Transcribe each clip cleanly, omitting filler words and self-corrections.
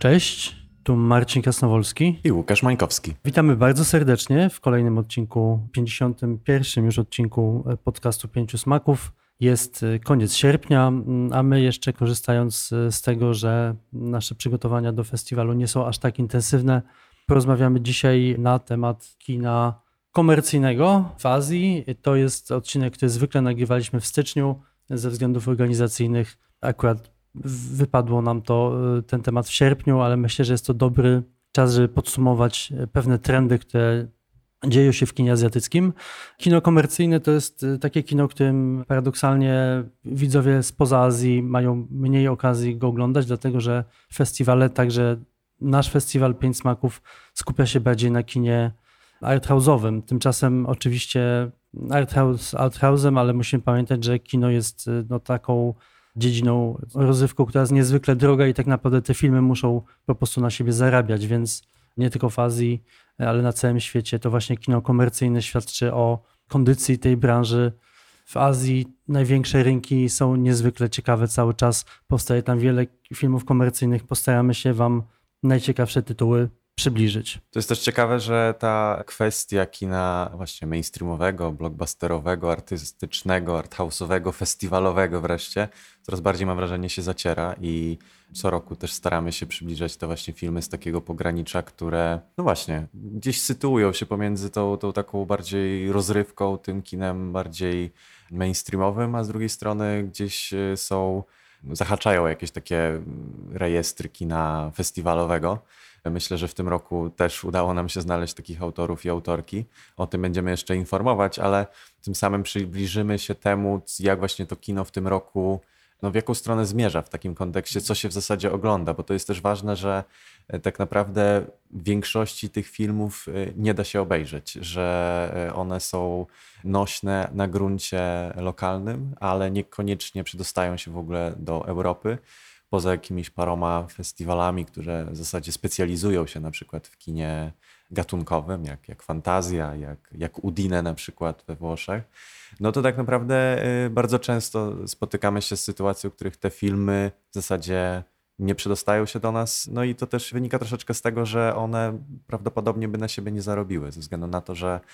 Cześć, tu Marcin Krasnowolski i Łukasz Mańkowski. Witamy bardzo serdecznie w kolejnym odcinku, 51. już odcinku podcastu Pięciu Smaków. Jest koniec sierpnia, a my jeszcze korzystając z tego, że nasze przygotowania do festiwalu nie są aż tak intensywne, porozmawiamy dzisiaj na temat kina komercyjnego w Azji. To jest odcinek, który zwykle nagrywaliśmy w styczniu ze względów organizacyjnych. Akurat wypadło nam ten temat w sierpniu, ale myślę, że jest to dobry czas, żeby podsumować pewne trendy, które dzieją się w kinie azjatyckim. Kino komercyjne to jest takie kino, którym paradoksalnie widzowie spoza Azji mają mniej okazji go oglądać, dlatego że festiwale, także nasz festiwal Pięć Smaków skupia się bardziej na kinie arthouse'owym. Tymczasem oczywiście arthouse'em, ale musimy pamiętać, że kino jest taką dziedziną, rozrywką, która jest niezwykle droga i tak naprawdę te filmy muszą po prostu na siebie zarabiać, więc nie tylko w Azji, ale na całym świecie to właśnie kino komercyjne świadczy o kondycji tej branży. W Azji największe rynki są niezwykle ciekawe, cały czas powstaje tam wiele filmów komercyjnych, postaramy się wam najciekawsze tytuły przybliżyć. To jest też ciekawe, że ta kwestia kina właśnie mainstreamowego, blockbusterowego, artystycznego, arthouse'owego, festiwalowego wreszcie coraz bardziej, mam wrażenie, się zaciera i co roku też staramy się przybliżać te właśnie filmy z takiego pogranicza, które no właśnie gdzieś sytuują się pomiędzy tą taką bardziej rozrywką, tym kinem bardziej mainstreamowym, a z drugiej strony gdzieś zahaczają jakieś takie rejestry kina festiwalowego. Myślę, że w tym roku też udało nam się znaleźć takich autorów i autorki. O tym będziemy jeszcze informować, ale tym samym przybliżymy się temu, jak właśnie to kino w tym roku, w jaką stronę zmierza w takim kontekście, co się w zasadzie ogląda, bo to jest też ważne, że tak naprawdę większości tych filmów nie da się obejrzeć, że one są nośne na gruncie lokalnym, ale niekoniecznie przedostają się w ogóle do Europy. Poza jakimiś paroma festiwalami, które w zasadzie specjalizują się na przykład w kinie gatunkowym, jak Fantazja, jak Udine na przykład we Włoszech, no to tak naprawdę bardzo często spotykamy się z sytuacją, w których te filmy w zasadzie nie przedostają się do nas. No i to też wynika troszeczkę z tego, że one prawdopodobnie by na siebie nie zarobiły, ze względu na to, że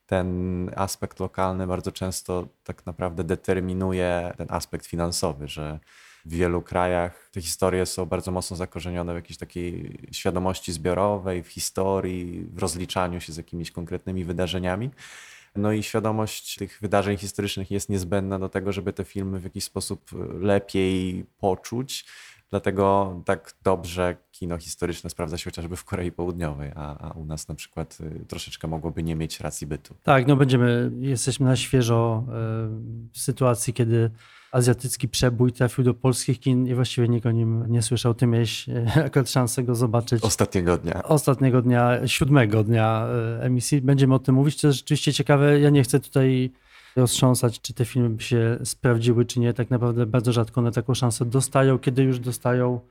ten aspekt lokalny bardzo często tak naprawdę determinuje ten aspekt finansowy, że w wielu krajach te historie są bardzo mocno zakorzenione w jakiejś takiej świadomości zbiorowej, w historii, w rozliczaniu się z jakimiś konkretnymi wydarzeniami. No i świadomość tych wydarzeń historycznych jest niezbędna do tego, żeby te filmy w jakiś sposób lepiej poczuć. Dlatego tak dobrze kino historyczne sprawdza się chociażby w Korei Południowej, a u nas na przykład troszeczkę mogłoby nie mieć racji bytu. Tak, jesteśmy na świeżo w sytuacji, kiedy azjatycki przebój trafił do polskich kin i właściwie nikt o nim nie słyszał. Ty miałeś akurat szansę go zobaczyć. Ostatniego dnia, 7 dnia emisji. Będziemy o tym mówić. To jest rzeczywiście ciekawe. Ja nie chcę tutaj roztrząsać, czy te filmy by się sprawdziły, czy nie. Tak naprawdę bardzo rzadko one taką szansę dostają. Kiedy już dostają,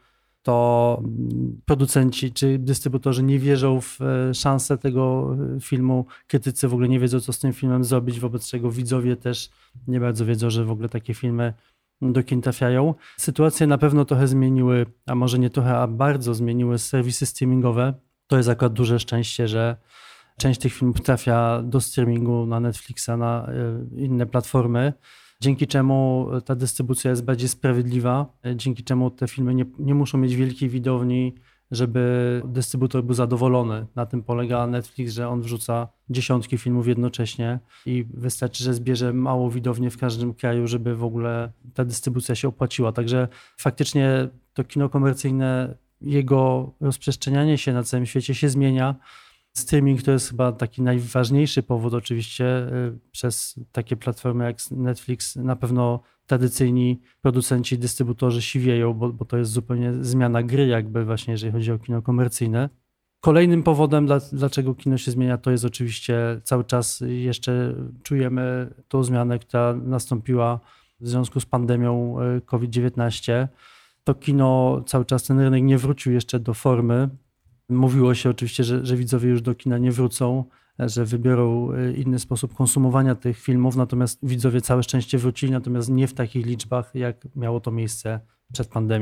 to producenci czy dystrybutorzy nie wierzą w szansę tego filmu. Krytycy w ogóle nie wiedzą, co z tym filmem zrobić, wobec czego widzowie też nie bardzo wiedzą, że w ogóle takie filmy do kin trafiają. Sytuację na pewno trochę zmieniły, a może nie trochę, a bardzo zmieniły serwisy streamingowe. To jest akurat duże szczęście, że część tych filmów trafia do streamingu na Netflixa, na inne platformy, dzięki czemu ta dystrybucja jest bardziej sprawiedliwa, dzięki czemu te filmy nie muszą mieć wielkiej widowni, żeby dystrybutor był zadowolony. Na tym polega Netflix, że on wrzuca dziesiątki filmów jednocześnie i wystarczy, że zbierze małą widownię w każdym kraju, żeby w ogóle ta dystrybucja się opłaciła. Także faktycznie to kino komercyjne, jego rozprzestrzenianie się na całym świecie się zmienia. Streaming to jest chyba taki najważniejszy powód oczywiście. Przez takie platformy jak Netflix na pewno tradycyjni producenci, dystrybutorzy siwieją, bo to jest zupełnie zmiana gry jakby właśnie, jeżeli chodzi o kino komercyjne. Kolejnym powodem, dlaczego kino się zmienia, to jest oczywiście cały czas jeszcze czujemy tą zmianę, która nastąpiła w związku z pandemią COVID-19. To kino, cały czas ten rynek nie wrócił jeszcze do formy. Mówiło się oczywiście, że widzowie już do kina nie wrócą, że wybiorą inny sposób konsumowania tych filmów, natomiast widzowie całe szczęście wrócili, natomiast nie w takich liczbach, jak miało to miejsce przed pandemią.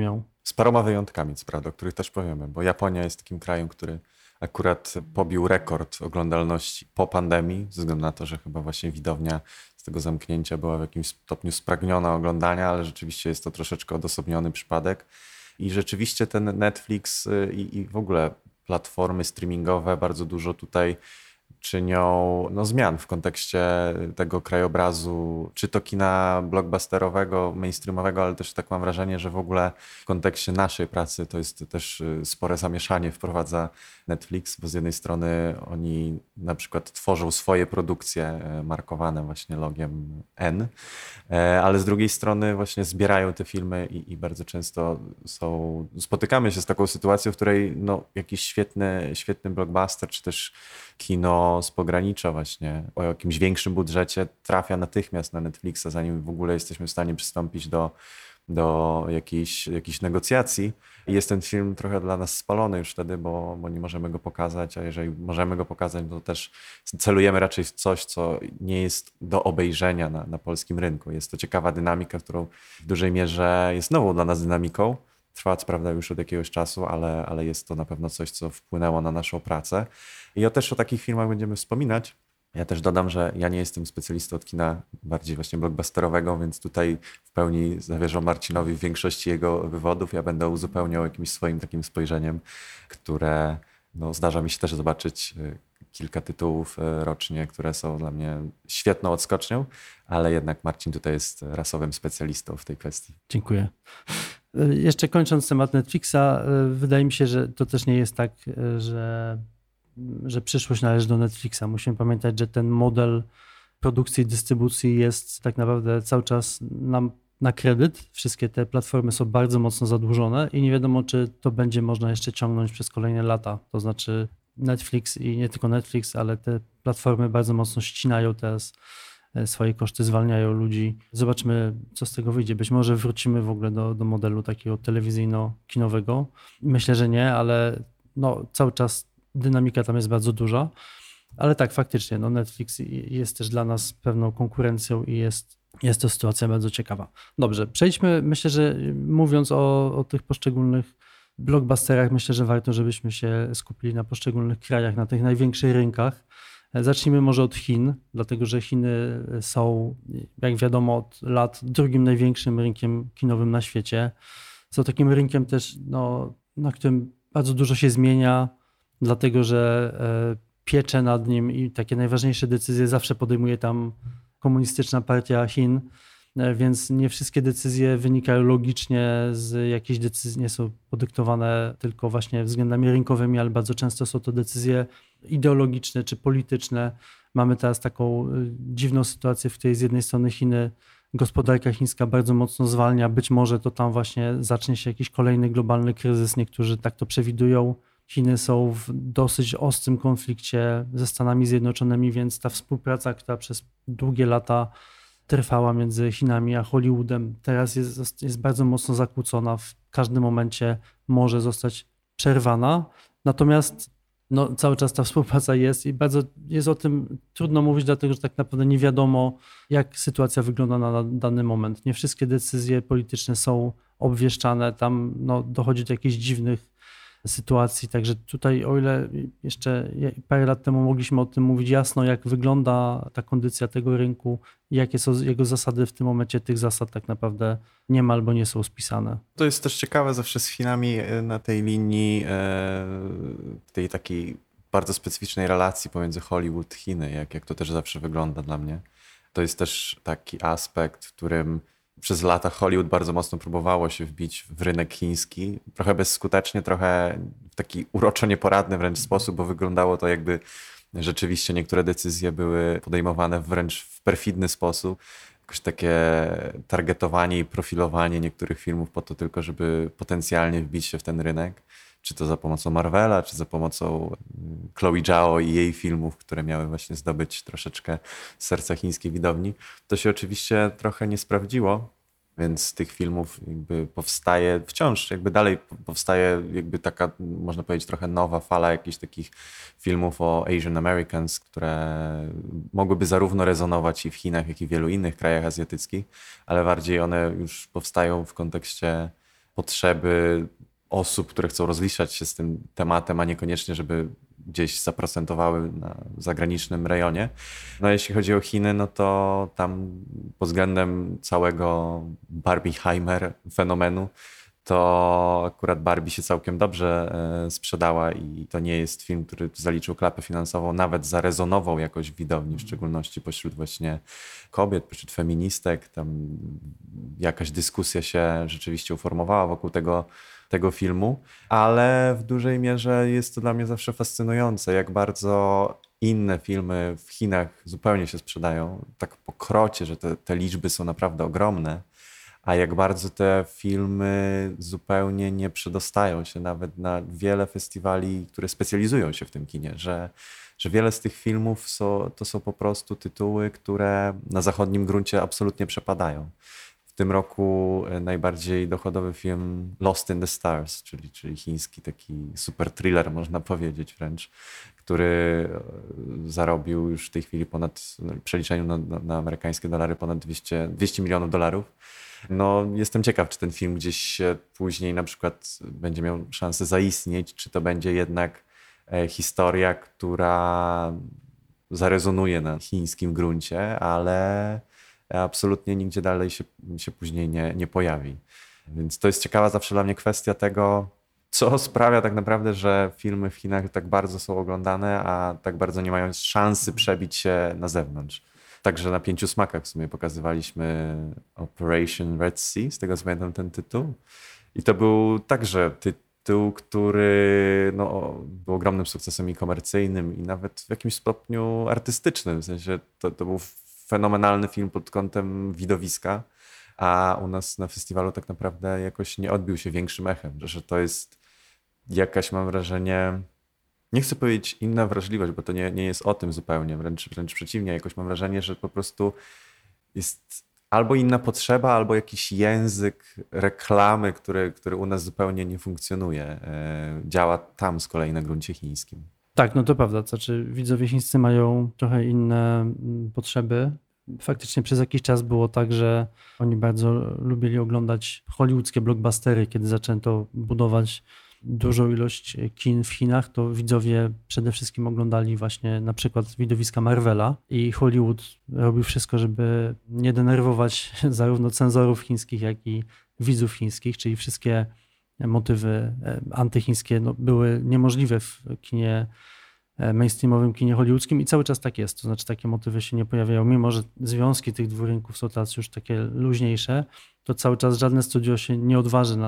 Z paroma wyjątkami, co prawda, o których też powiemy, bo Japonia jest takim krajem, który akurat pobił rekord oglądalności po pandemii, ze względu na to, że chyba właśnie widownia z tego zamknięcia była w jakimś stopniu spragniona oglądania, ale rzeczywiście jest to troszeczkę odosobniony przypadek. I rzeczywiście ten Netflix i w ogóle platformy streamingowe bardzo dużo tutaj czynią zmian w kontekście tego krajobrazu, czy to kina blockbusterowego, mainstreamowego, ale też tak mam wrażenie, że w ogóle w kontekście naszej pracy to jest też spore zamieszanie wprowadza Netflix, bo z jednej strony oni na przykład tworzą swoje produkcje markowane właśnie logiem N, ale z drugiej strony właśnie zbierają te filmy i bardzo często spotykamy się z taką sytuacją, w której jakiś świetny blockbuster, czy też kino z pogranicza właśnie o jakimś większym budżecie trafia natychmiast na Netflixa, zanim w ogóle jesteśmy w stanie przystąpić do jakichś negocjacji. I jest ten film trochę dla nas spalony już wtedy, bo nie możemy go pokazać, a jeżeli możemy go pokazać, to też celujemy raczej w coś, co nie jest do obejrzenia na polskim rynku. Jest to ciekawa dynamika, którą w dużej mierze jest nową dla nas dynamiką. Trwa co prawda już od jakiegoś czasu, ale jest to na pewno coś, co wpłynęło na naszą pracę. I też o takich filmach będziemy wspominać. Ja też dodam, że ja nie jestem specjalistą od kina bardziej właśnie blockbusterowego, więc tutaj w pełni zawierzam Marcinowi w większości jego wywodów. Ja będę uzupełniał jakimś swoim takim spojrzeniem, które zdarza mi się też zobaczyć kilka tytułów rocznie, które są dla mnie świetną odskocznią, ale jednak Marcin tutaj jest rasowym specjalistą w tej kwestii. Dziękuję. Jeszcze kończąc temat Netflixa, wydaje mi się, że to też nie jest tak, że przyszłość należy do Netflixa. Musimy pamiętać, że ten model produkcji i dystrybucji jest tak naprawdę cały czas na kredyt. Wszystkie te platformy są bardzo mocno zadłużone i nie wiadomo, czy to będzie można jeszcze ciągnąć przez kolejne lata. To znaczy Netflix i nie tylko Netflix, ale te platformy bardzo mocno ścinają teraz swoje koszty, zwalniają ludzi. Zobaczmy, co z tego wyjdzie. Być może wrócimy w ogóle do modelu takiego telewizyjno-kinowego. Myślę, że nie, ale cały czas dynamika tam jest bardzo duża. Ale tak, faktycznie, Netflix jest też dla nas pewną konkurencją i jest to sytuacja bardzo ciekawa. Dobrze, przejdźmy, myślę, że mówiąc o tych poszczególnych blockbusterach, myślę, że warto, żebyśmy się skupili na poszczególnych krajach, na tych największych rynkach. Zacznijmy może od Chin, dlatego że Chiny są, jak wiadomo, od lat drugim największym rynkiem kinowym na świecie. Są takim rynkiem też, na którym bardzo dużo się zmienia, dlatego że pieczę nad nim i takie najważniejsze decyzje zawsze podejmuje tam Komunistyczna Partia Chin, więc nie wszystkie decyzje wynikają logicznie z jakichś decyzji, nie są podyktowane tylko właśnie względami rynkowymi, ale bardzo często są to decyzje ideologiczne czy polityczne. Mamy teraz taką dziwną sytuację, w której z jednej strony Chiny, gospodarka chińska bardzo mocno zwalnia, być może to tam właśnie zacznie się jakiś kolejny globalny kryzys, niektórzy tak to przewidują. Chiny są w dosyć ostrym konflikcie ze Stanami Zjednoczonymi, więc ta współpraca, która przez długie lata trwała między Chinami a Hollywoodem, teraz jest bardzo mocno zakłócona. W każdym momencie może zostać przerwana. Natomiast cały czas ta współpraca jest i bardzo jest o tym trudno mówić, dlatego że tak naprawdę nie wiadomo, jak sytuacja wygląda na dany moment. Nie wszystkie decyzje polityczne są obwieszczane. Tam dochodzi do jakichś dziwnych sytuacji. Także tutaj, o ile jeszcze parę lat temu mogliśmy o tym mówić jasno, jak wygląda ta kondycja tego rynku, jakie są jego zasady, w tym momencie tych zasad tak naprawdę nie ma albo nie są spisane. To jest też ciekawe zawsze z Chinami na tej linii, tej takiej bardzo specyficznej relacji pomiędzy Hollywood i Chiny, jak to też zawsze wygląda dla mnie. To jest też taki aspekt, w którym przez lata Hollywood bardzo mocno próbowało się wbić w rynek chiński. Trochę bezskutecznie, trochę w taki uroczo nieporadny wręcz sposób, bo wyglądało to jakby rzeczywiście niektóre decyzje były podejmowane wręcz w perfidny sposób. Jakoś takie targetowanie i profilowanie niektórych filmów po to tylko, żeby potencjalnie wbić się w ten rynek. Czy to za pomocą Marvela, czy za pomocą Chloe Zhao i jej filmów, które miały właśnie zdobyć troszeczkę serca chińskiej widowni. To się oczywiście trochę nie sprawdziło, więc z tych filmów jakby powstaje, wciąż jakby dalej powstaje jakby taka, można powiedzieć, trochę nowa fala jakichś takich filmów o Asian Americans, które mogłyby zarówno rezonować i w Chinach, jak i w wielu innych krajach azjatyckich, ale bardziej one już powstają w kontekście potrzeby osób, które chcą rozliczać się z tym tematem, a niekoniecznie, żeby gdzieś zaprocentowały na zagranicznym rejonie. No jeśli chodzi o Chiny, no to tam pod względem całego Barbieheimer fenomenu, to akurat Barbie się całkiem dobrze sprzedała i to nie jest film, który zaliczył klapę finansową, nawet zarezonował jakoś w widowni, w szczególności pośród właśnie kobiet, pośród feministek. Tam jakaś dyskusja się rzeczywiście uformowała wokół tego filmu, ale w dużej mierze jest to dla mnie zawsze fascynujące, jak bardzo inne filmy w Chinach zupełnie się sprzedają, tak po krocie, że te liczby są naprawdę ogromne, a jak bardzo te filmy zupełnie nie przedostają się nawet na wiele festiwali, które specjalizują się w tym kinie, że wiele z tych filmów to są po prostu tytuły, które na zachodnim gruncie absolutnie przepadają. W tym roku najbardziej dochodowy film Lost in the Stars, czyli chiński taki super thriller, można powiedzieć wręcz, który zarobił już w tej chwili w przeliczeniu na amerykańskie dolary ponad 200 milionów dolarów. No, jestem ciekaw, czy ten film gdzieś później na przykład będzie miał szansę zaistnieć, czy to będzie jednak historia, która zarezonuje na chińskim gruncie, ale absolutnie nigdzie dalej się później nie pojawi. Więc to jest ciekawa zawsze dla mnie kwestia tego, co sprawia tak naprawdę, że filmy w Chinach tak bardzo są oglądane, a tak bardzo nie mają szansy przebić się na zewnątrz. Także na 5 smakach w sumie pokazywaliśmy Operation Red Sea, z tego co pamiętam ten tytuł. I to był także tytuł, który był ogromnym sukcesem i komercyjnym, i nawet w jakimś stopniu artystycznym. W sensie to był fenomenalny film pod kątem widowiska, a u nas na festiwalu tak naprawdę jakoś nie odbił się większym echem, że to jest jakaś, mam wrażenie, nie chcę powiedzieć inna wrażliwość, bo to nie jest o tym zupełnie, wręcz przeciwnie, jakoś mam wrażenie, że po prostu jest albo inna potrzeba, albo jakiś język reklamy, który u nas zupełnie nie funkcjonuje. Działa tam z kolei na gruncie chińskim. Tak, no to prawda. To znaczy widzowie chińscy mają trochę inne potrzeby. Faktycznie przez jakiś czas było tak, że oni bardzo lubili oglądać hollywoodzkie blockbustery. Kiedy zaczęto budować dużą ilość kin w Chinach, to widzowie przede wszystkim oglądali właśnie na przykład widowiska Marvela, i Hollywood robił wszystko, żeby nie denerwować zarówno cenzorów chińskich, jak i widzów chińskich, czyli wszystkie motywy antychińskie były niemożliwe w kinie mainstreamowym, kinie hollywoodzkim, i cały czas tak jest. To znaczy takie motywy się nie pojawiają, mimo że związki tych dwóch rynków są teraz już takie luźniejsze, to cały czas żadne studio się nie odważy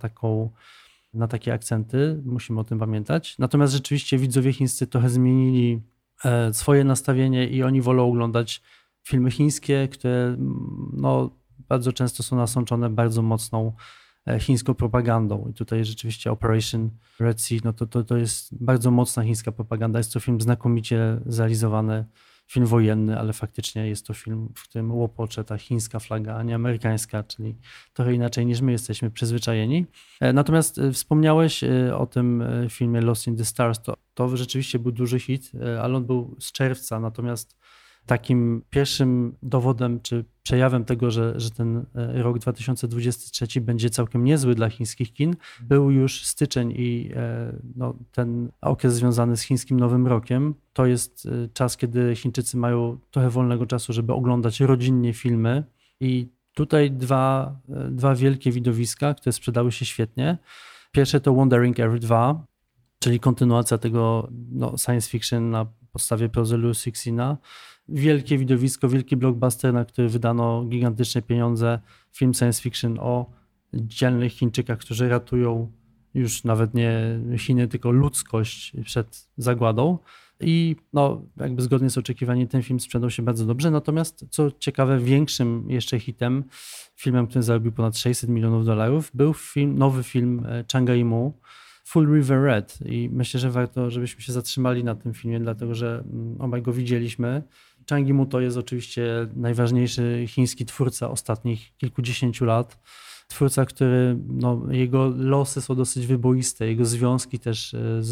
na takie akcenty. Musimy o tym pamiętać. Natomiast rzeczywiście widzowie chińscy trochę zmienili swoje nastawienie i oni wolą oglądać filmy chińskie, które bardzo często są nasączone bardzo mocną chińską propagandą. I tutaj rzeczywiście Operation Red Sea, to jest bardzo mocna chińska propaganda. Jest to film znakomicie zrealizowany, film wojenny, ale faktycznie jest to film, w którym łopocze ta chińska flaga, a nie amerykańska, czyli trochę inaczej niż my jesteśmy przyzwyczajeni. Natomiast wspomniałeś o tym filmie Lost in the Stars. To rzeczywiście był duży hit, ale on był z czerwca, natomiast takim pierwszym dowodem czy przejawem tego, że ten rok 2023 będzie całkiem niezły dla chińskich kin, był już styczeń i ten okres związany z chińskim Nowym Rokiem. To jest czas, kiedy Chińczycy mają trochę wolnego czasu, żeby oglądać rodzinnie filmy, i tutaj dwa wielkie widowiska, które sprzedały się świetnie. Pierwsze to Wandering Earth 2, czyli kontynuacja tego science fiction na podstawie prozy Liu Cixina. Wielkie widowisko, wielki blockbuster, na który wydano gigantyczne pieniądze. Film science fiction o dzielnych Chińczykach, którzy ratują już nawet nie Chiny, tylko ludzkość przed zagładą. I jakby zgodnie z oczekiwaniem ten film sprzedał się bardzo dobrze. Natomiast co ciekawe, większym jeszcze hitem, filmem, który zarobił ponad $600 milionów, był nowy film Changa Yimou, Full River Red, i myślę, że warto, żebyśmy się zatrzymali na tym filmie, dlatego że obaj go widzieliśmy. Chang Yimou to jest oczywiście najważniejszy chiński twórca ostatnich kilkudziesięciu lat. Twórca, który, jego losy są dosyć wyboiste, jego związki też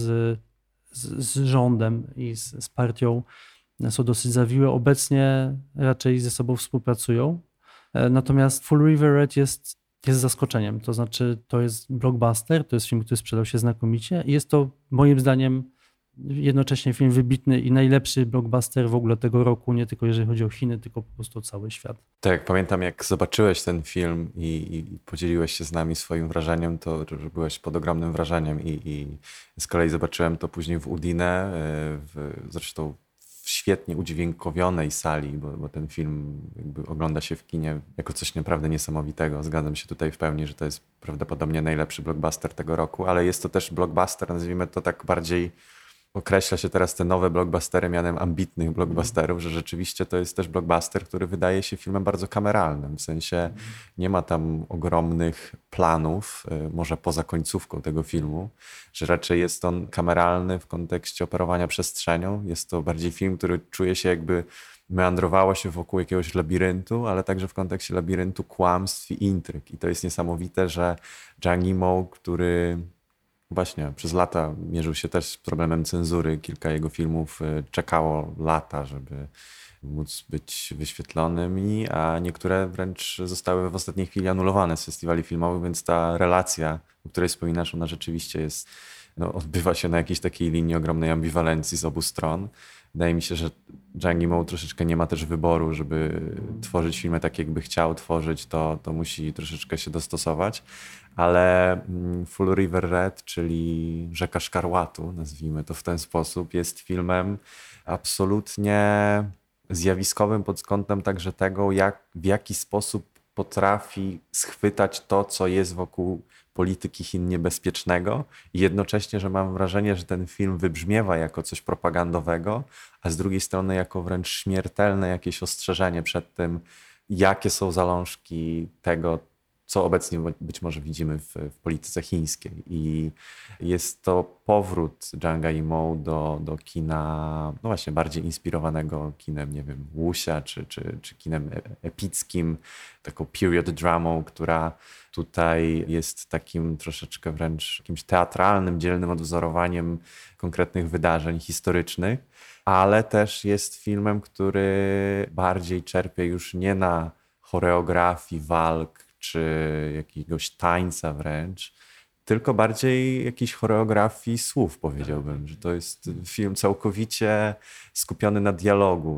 z rządem i z partią są dosyć zawiłe. Obecnie raczej ze sobą współpracują. Natomiast Full River Red jest jest zaskoczeniem. To znaczy, to jest blockbuster, to jest film, który sprzedał się znakomicie i jest to moim zdaniem jednocześnie film wybitny i najlepszy blockbuster w ogóle tego roku, nie tylko jeżeli chodzi o Chiny, tylko po prostu cały świat. Tak, pamiętam jak zobaczyłeś ten film i podzieliłeś się z nami swoim wrażeniem, to że byłeś pod ogromnym wrażeniem i z kolei zobaczyłem to później w Udine, zresztą w świetnie udźwiękowionej sali, bo ten film jakby ogląda się w kinie jako coś naprawdę niesamowitego. Zgadzam się tutaj w pełni, że to jest prawdopodobnie najlepszy blockbuster tego roku, ale jest to też blockbuster, nazwijmy to tak bardziej. Określa się teraz te nowe blockbustery mianem ambitnych blockbusterów, że rzeczywiście to jest też blockbuster, który wydaje się filmem bardzo kameralnym. W sensie nie ma tam ogromnych planów, może poza końcówką tego filmu, że raczej jest on kameralny w kontekście operowania przestrzenią. Jest to bardziej film, który czuje się jakby meandrowało się wokół jakiegoś labiryntu, ale także w kontekście labiryntu kłamstw i intryg. I to jest niesamowite, że Zhang Yimou, który właśnie przez lata mierzył się też z problemem cenzury. Kilka jego filmów czekało lata, żeby móc być wyświetlonymi, a niektóre wręcz zostały w ostatniej chwili anulowane z festiwali filmowych, więc ta relacja, o której wspominasz, ona rzeczywiście jest, odbywa się na jakiejś takiej linii ogromnej ambiwalencji z obu stron. Wydaje mi się, że Zhang Yimou troszeczkę nie ma też wyboru, żeby tworzyć filmy tak, jakby chciał tworzyć, to musi troszeczkę się dostosować. Ale Full River Red, czyli Rzeka Szkarłatu, nazwijmy to w ten sposób, jest filmem absolutnie zjawiskowym pod kątem także tego, w jaki sposób potrafi schwytać to, co jest wokół polityki Chin niebezpiecznego i jednocześnie, że mam wrażenie, że ten film wybrzmiewa jako coś propagandowego, a z drugiej strony jako wręcz śmiertelne jakieś ostrzeżenie przed tym, jakie są zalążki tego, co obecnie być może widzimy w polityce chińskiej. I jest to powrót Zhanga Yimou do kina, no właśnie, bardziej inspirowanego kinem, nie wiem, Wuxia czy kinem epickim, taką period dramą, która tutaj jest takim troszeczkę wręcz jakimś teatralnym, dzielnym odwzorowaniem konkretnych wydarzeń historycznych, ale też jest filmem, który bardziej czerpie już nie na choreografii walk, czy jakiegoś tańca wręcz, tylko bardziej jakiejś choreografii słów, powiedziałbym, że to jest film całkowicie skupiony na dialogu,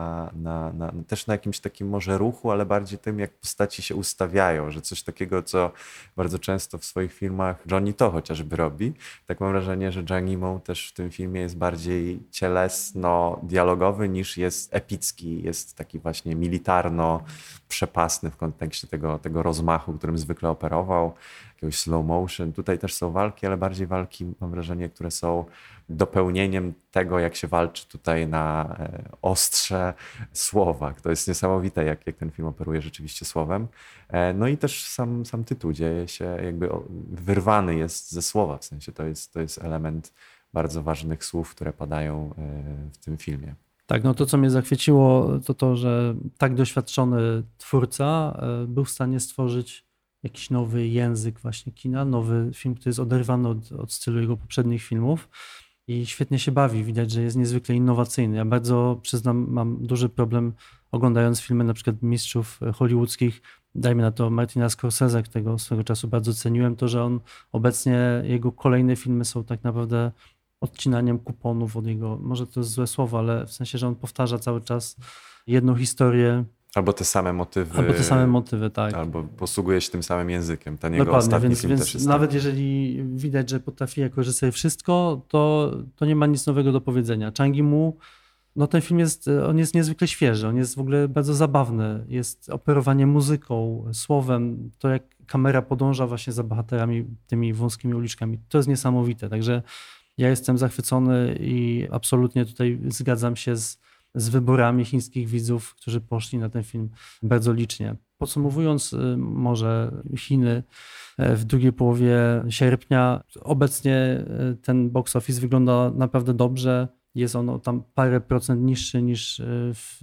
też na jakimś takim może ruchu, ale bardziej tym, jak postaci się ustawiają, że coś takiego, co bardzo często w swoich filmach Johnny To chociażby robi. Tak mam wrażenie, że Zhang Yimou też w tym filmie jest bardziej cielesno-dialogowy niż jest epicki, jest taki właśnie militarno-przepasny w kontekście tego rozmachu, którym zwykle operował, jakiegoś slow motion. Tutaj też są walki, ale bardziej walki, mam wrażenie, które są dopełnieniem tego, jak się walczy tutaj na ostrze słowa. To jest niesamowite, jak ten film operuje rzeczywiście słowem. No i też sam tytuł dzieje się jakby wyrwany jest ze słowa, w sensie to jest element bardzo ważnych słów, które padają w tym filmie. Tak, no to co mnie zachwyciło, to, że tak doświadczony twórca był w stanie stworzyć jakiś nowy język właśnie kina, nowy film, który jest oderwany od stylu jego poprzednich filmów i świetnie się bawi. Widać, że jest niezwykle innowacyjny. Ja bardzo, przyznam, mam duży problem oglądając filmy na przykład mistrzów hollywoodzkich, dajmy na to Martina Scorsese, którego swego czasu bardzo ceniłem, to, że on obecnie, jego kolejne filmy są tak naprawdę odcinaniem kuponów od jego, może to jest złe słowo, ale w sensie, że on powtarza cały czas jedną historię. Albo te same motywy. Tak. Albo posługuje się tym samym językiem. Ten jego Dokładnie, ostatni film też jest nawet jeżeli widać, że potrafi jako reżyser wszystko, to nie ma nic nowego do powiedzenia. Zhang Yimou, no ten film jest niezwykle świeży, on jest w ogóle bardzo zabawny. Jest operowanie muzyką, słowem, to jak kamera podąża właśnie za bohaterami tymi wąskimi uliczkami. To jest niesamowite, także ja jestem zachwycony i absolutnie tutaj zgadzam się z wyborami chińskich widzów, którzy poszli na ten film bardzo licznie. Podsumowując może Chiny w drugiej połowie sierpnia, obecnie ten box office wygląda naprawdę dobrze. Jest on tam parę procent niższy niż w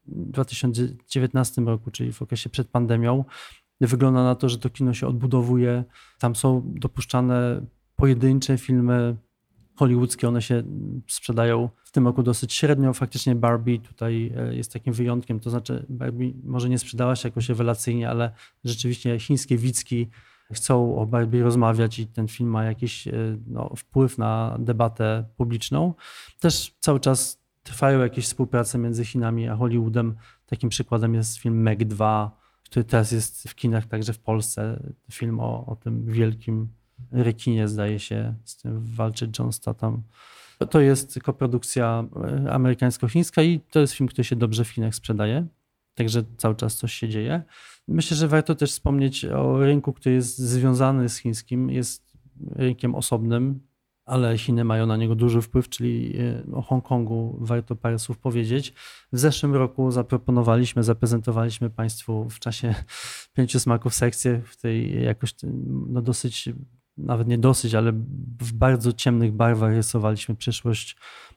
2019 roku, czyli w okresie przed pandemią. Wygląda na to, że to kino się odbudowuje. Tam są dopuszczane pojedyncze filmy hollywoodzkie, one się sprzedają w tym roku dosyć średnio. Faktycznie Barbie tutaj jest takim wyjątkiem, to znaczy Barbie może nie sprzedała się jakoś rewelacyjnie, ale rzeczywiście chińskie widzki chcą o Barbie rozmawiać i ten film ma jakiś wpływ na debatę publiczną. Też cały czas trwają jakieś współprace między Chinami a Hollywoodem. Takim przykładem jest film Meg 2, który teraz jest w kinach także w Polsce. Film o tym wielkim rekinie, zdaje się, z tym walczy John Statham. To jest koprodukcja amerykańsko-chińska i to jest film, który się dobrze w Chinach sprzedaje. Także cały czas coś się dzieje. Myślę, że warto też wspomnieć o rynku, który jest związany z chińskim. Jest rynkiem osobnym, ale Chiny mają na niego duży wpływ, czyli o Hongkongu warto parę słów powiedzieć. W zeszłym roku zaprezentowaliśmy Państwu w czasie 5 smaków sekcję, w tej jakoś dosyć, nawet nie dosyć, ale w bardzo ciemnych barwach rysowaliśmy przyszłość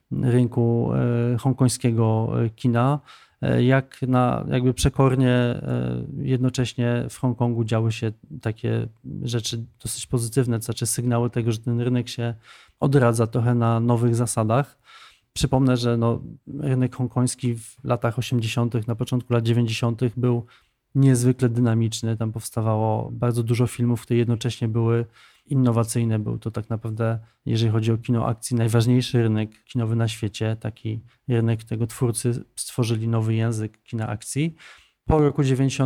rynku hongkońskiego kina. Jak jakby przekornie jednocześnie w Hongkongu działy się takie rzeczy dosyć pozytywne, to znaczy sygnały tego, że ten rynek się odradza trochę na nowych zasadach. Przypomnę, że rynek hongkoński w latach 80., na początku lat 90. był niezwykle dynamiczny. Tam powstawało bardzo dużo filmów, które jednocześnie były innowacyjne. Był to tak naprawdę, jeżeli chodzi o kino akcji, najważniejszy rynek kinowy na świecie. Taki rynek, którego twórcy stworzyli nowy język kina akcji. Po roku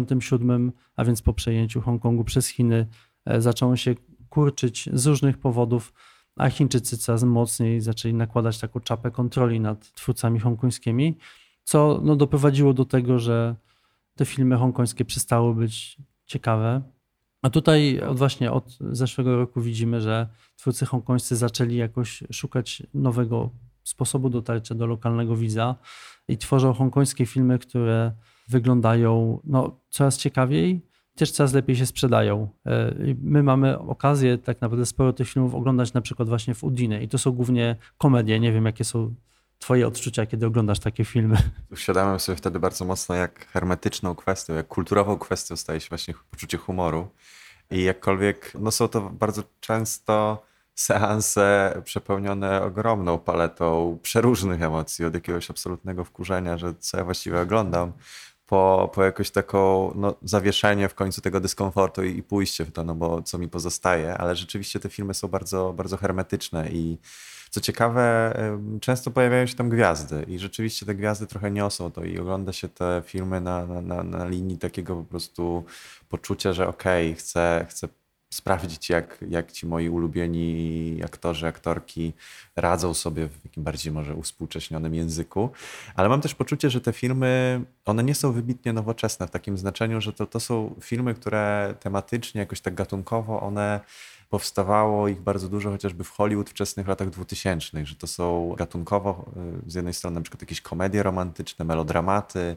97, a więc po przejęciu Hongkongu przez Chiny, zaczęło się kurczyć z różnych powodów, a Chińczycy coraz mocniej zaczęli nakładać taką czapę kontroli nad twórcami hongkońskimi, co doprowadziło do tego, że te filmy hongkońskie przestały być ciekawe. A tutaj właśnie od zeszłego roku widzimy, że twórcy hongkońscy zaczęli jakoś szukać nowego sposobu dotarcia do lokalnego widza i tworzą hongkońskie filmy, które wyglądają coraz ciekawiej, też coraz lepiej się sprzedają. My mamy okazję tak naprawdę sporo tych filmów oglądać na przykład właśnie w Udine i to są głównie komedie. Nie wiem, jakie są Twoje odczucia, kiedy oglądasz takie filmy? Uświadamiam sobie wtedy bardzo mocno, jak hermetyczną kwestią, jak kulturową kwestią staje się właśnie poczucie humoru. I jakkolwiek są to bardzo często seanse przepełnione ogromną paletą przeróżnych emocji, od jakiegoś absolutnego wkurzenia, że co ja właściwie oglądam, po jakoś taką zawieszenie w końcu tego dyskomfortu i pójście w to, bo co mi pozostaje. Ale rzeczywiście te filmy są bardzo, bardzo hermetyczne i co ciekawe, często pojawiają się tam gwiazdy i rzeczywiście te gwiazdy trochę niosą to i ogląda się te filmy na linii takiego po prostu poczucia, że chcę sprawdzić, jak ci moi ulubieni aktorzy, aktorki radzą sobie w jakim bardziej może uwspółcześnionym języku. Ale mam też poczucie, że te filmy, one nie są wybitnie nowoczesne w takim znaczeniu, że to są filmy, które tematycznie, jakoś tak gatunkowo, one powstawało ich bardzo dużo chociażby w Hollywood wczesnych latach 2000, że to są gatunkowo z jednej strony na przykład jakieś komedie romantyczne, melodramaty,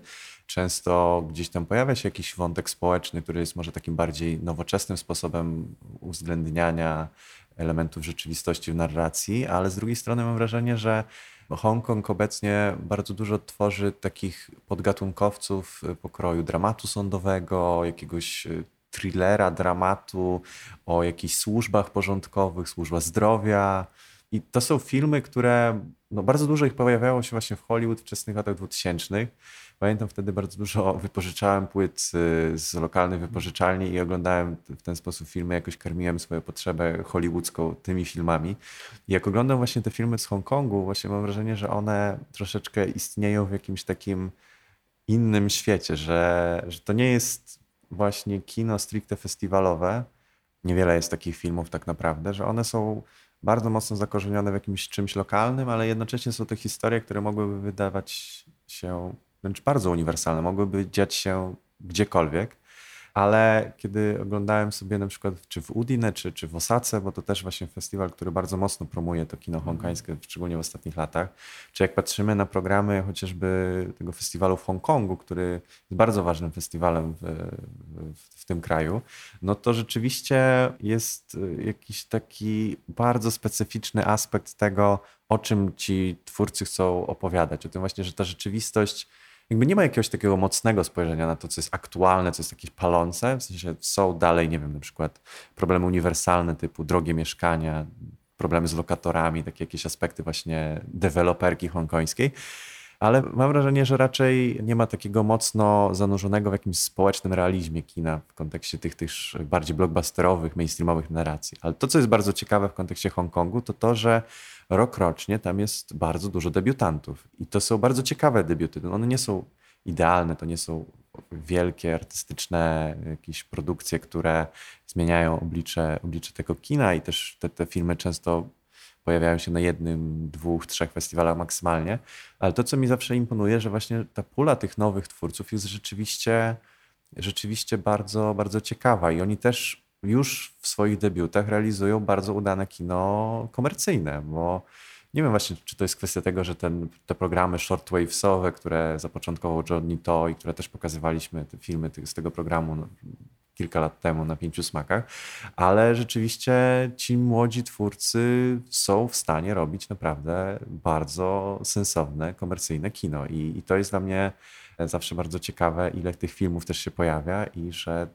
często gdzieś tam pojawia się jakiś wątek społeczny, który jest może takim bardziej nowoczesnym sposobem uwzględniania elementów rzeczywistości w narracji, ale z drugiej strony mam wrażenie, że Hongkong obecnie bardzo dużo tworzy takich podgatunkowców pokroju dramatu sądowego, jakiegoś thrillera, dramatu o jakichś służbach porządkowych, służba zdrowia. I to są filmy, które bardzo dużo ich pojawiało się właśnie w Hollywood w wczesnych latach 2000. Pamiętam wtedy bardzo dużo wypożyczałem płyt z lokalnych wypożyczalni i oglądałem w ten sposób filmy, jakoś karmiłem swoją potrzebę hollywoodzką tymi filmami. I jak oglądam właśnie te filmy z Hongkongu, właśnie mam wrażenie, że one troszeczkę istnieją w jakimś takim innym świecie, że to nie jest właśnie kino stricte festiwalowe. Niewiele jest takich filmów tak naprawdę, że one są bardzo mocno zakorzenione w jakimś czymś lokalnym, ale jednocześnie są to historie, które mogłyby wydawać się wręcz bardzo uniwersalne, mogłyby dziać się gdziekolwiek, ale kiedy oglądałem sobie na przykład czy w Udine, czy w Osace, bo to też właśnie festiwal, który bardzo mocno promuje to kino hongkońskie, szczególnie w ostatnich latach, czy jak patrzymy na programy chociażby tego festiwalu w Hongkongu, który jest bardzo ważnym festiwalem w tym kraju, to rzeczywiście jest jakiś taki bardzo specyficzny aspekt tego, o czym ci twórcy chcą opowiadać. O tym właśnie, że ta rzeczywistość jakby nie ma jakiegoś takiego mocnego spojrzenia na to, co jest aktualne, co jest jakieś palące. W sensie są dalej, nie wiem, na przykład problemy uniwersalne typu drogie mieszkania, problemy z lokatorami, takie jakieś aspekty właśnie deweloperki hongkońskiej. Ale mam wrażenie, że raczej nie ma takiego mocno zanurzonego w jakimś społecznym realizmie kina w kontekście tych bardziej blockbusterowych, mainstreamowych narracji. Ale to, co jest bardzo ciekawe w kontekście Hongkongu, to to, że rokrocznie tam jest bardzo dużo debiutantów. I to są bardzo ciekawe debiuty. One nie są idealne, to nie są wielkie, artystyczne jakieś produkcje, które zmieniają oblicze tego kina i też te filmy często pojawiają się na 1, 2, 3 festiwalach maksymalnie, ale to, co mi zawsze imponuje, że właśnie ta pula tych nowych twórców jest rzeczywiście bardzo, bardzo ciekawa i oni też już w swoich debiutach realizują bardzo udane kino komercyjne, bo nie wiem właśnie, czy to jest kwestia tego, że te programy shortwave'owe, które zapoczątkował Johnny To i które też pokazywaliśmy, te filmy z tego programu kilka lat temu na 5 smakach, ale rzeczywiście ci młodzi twórcy są w stanie robić naprawdę bardzo sensowne, komercyjne kino i to jest dla mnie zawsze bardzo ciekawe, ile tych filmów też się pojawia i że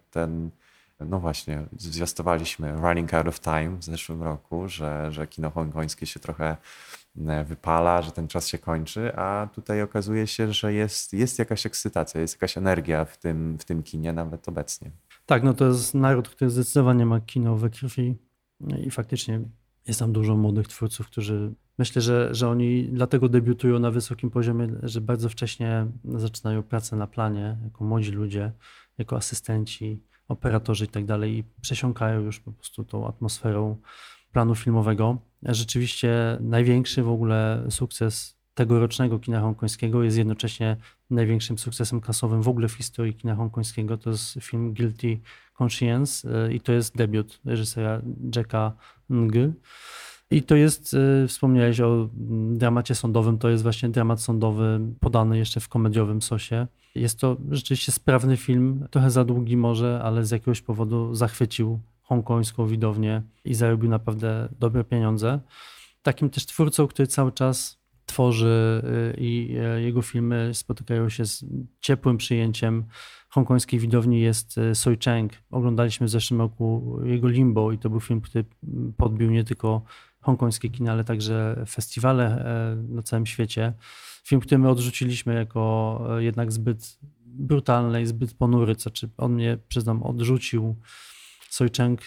no właśnie, zwiastowaliśmy Running Out of Time w zeszłym roku, że kino hongkońskie się trochę wypala, że ten czas się kończy, a tutaj okazuje się, że jest jakaś ekscytacja, jest jakaś energia w tym kinie nawet obecnie. Tak, no to jest naród, który zdecydowanie ma kino we krwi i faktycznie jest tam dużo młodych twórców, którzy myślę, że oni dlatego debiutują na wysokim poziomie, że bardzo wcześnie zaczynają pracę na planie, jako młodzi ludzie, jako asystenci, operatorzy i tak dalej i przesiąkają już po prostu tą atmosferą planu filmowego. Rzeczywiście największy w ogóle sukces tegorocznego kina hongkońskiego jest jednocześnie największym sukcesem kasowym w ogóle w historii kina hongkońskiego. To jest film Guilty Conscience i to jest debiut reżysera Jacka Ng. I to jest, wspomniałeś o dramacie sądowym, to jest właśnie dramat sądowy podany jeszcze w komediowym sosie. Jest to rzeczywiście sprawny film, trochę za długi może, ale z jakiegoś powodu zachwycił hongkońską widownię i zarobił naprawdę dobre pieniądze. Takim też twórcą, który cały czas tworzy i jego filmy spotykają się z ciepłym przyjęciem hongkońskiej widowni jest Soi Cheng. Oglądaliśmy w zeszłym roku jego Limbo i to był film, który podbił nie tylko hongkońskie kina, ale także festiwale na całym świecie. Film, który my odrzuciliśmy jako jednak zbyt brutalny i zbyt ponury, znaczy on mnie, przyznam, odrzucił. Soi Cheng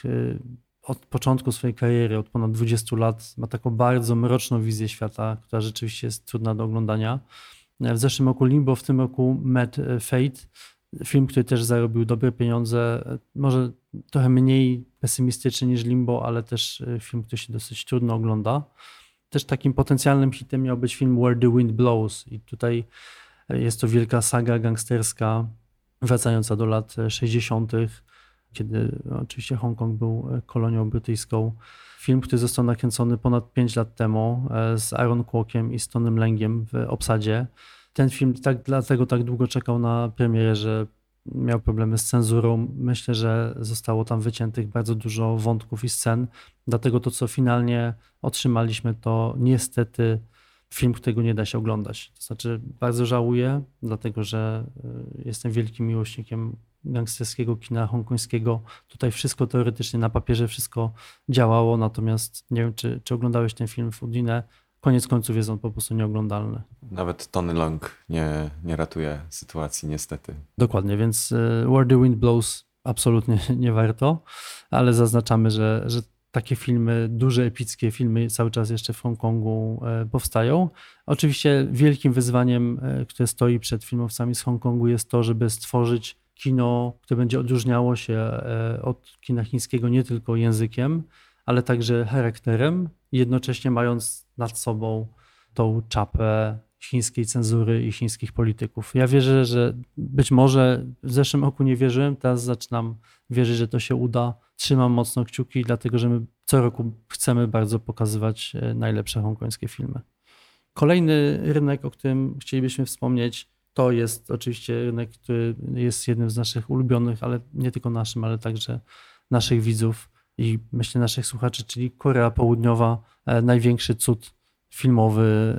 od początku swojej kariery, od ponad 20 lat ma taką bardzo mroczną wizję świata, która rzeczywiście jest trudna do oglądania. W zeszłym roku Limbo, w tym roku Mad Fate, film, który też zarobił dobre pieniądze, może trochę mniej pesymistyczny niż Limbo, ale też film, który się dosyć trudno ogląda. Też takim potencjalnym hitem miał być film Where the Wind Blows i tutaj jest to wielka saga gangsterska wracająca do lat 60., kiedy oczywiście Hongkong był kolonią brytyjską. Film, który został nakręcony ponad 5 lat temu z Aaron Kwokiem i z Tonym Langiem w obsadzie. Ten film dlatego tak długo czekał na premierę, że miał problemy z cenzurą. Myślę, że zostało tam wyciętych bardzo dużo wątków i scen. Dlatego to, co finalnie otrzymaliśmy, to niestety film, którego nie da się oglądać. To znaczy bardzo żałuję, dlatego że jestem wielkim miłośnikiem gangsterskiego kina hongkońskiego. Tutaj wszystko teoretycznie na papierze wszystko działało, natomiast nie wiem, czy oglądałeś ten film w Udine. Koniec końców jest on po prostu nieoglądalny. Nawet Tony Leung nie ratuje sytuacji niestety. Dokładnie, więc Where the Wind Blows absolutnie nie warto, ale zaznaczamy, że takie filmy, duże, epickie filmy cały czas jeszcze w Hongkongu powstają. Oczywiście wielkim wyzwaniem, które stoi przed filmowcami z Hongkongu jest to, żeby stworzyć kino, które będzie odróżniało się od kina chińskiego nie tylko językiem, ale także charakterem, jednocześnie mając nad sobą tą czapę chińskiej cenzury i chińskich polityków. Ja wierzę, że być może w zeszłym roku nie wierzyłem, teraz zaczynam wierzyć, że to się uda. Trzymam mocno kciuki, dlatego że my co roku chcemy bardzo pokazywać najlepsze hongkońskie filmy. Kolejny rynek, o którym chcielibyśmy wspomnieć, to jest oczywiście rynek, który jest jednym z naszych ulubionych, ale nie tylko naszym, ale także naszych widzów i myślę naszych słuchaczy, czyli Korea Południowa, największy cud filmowy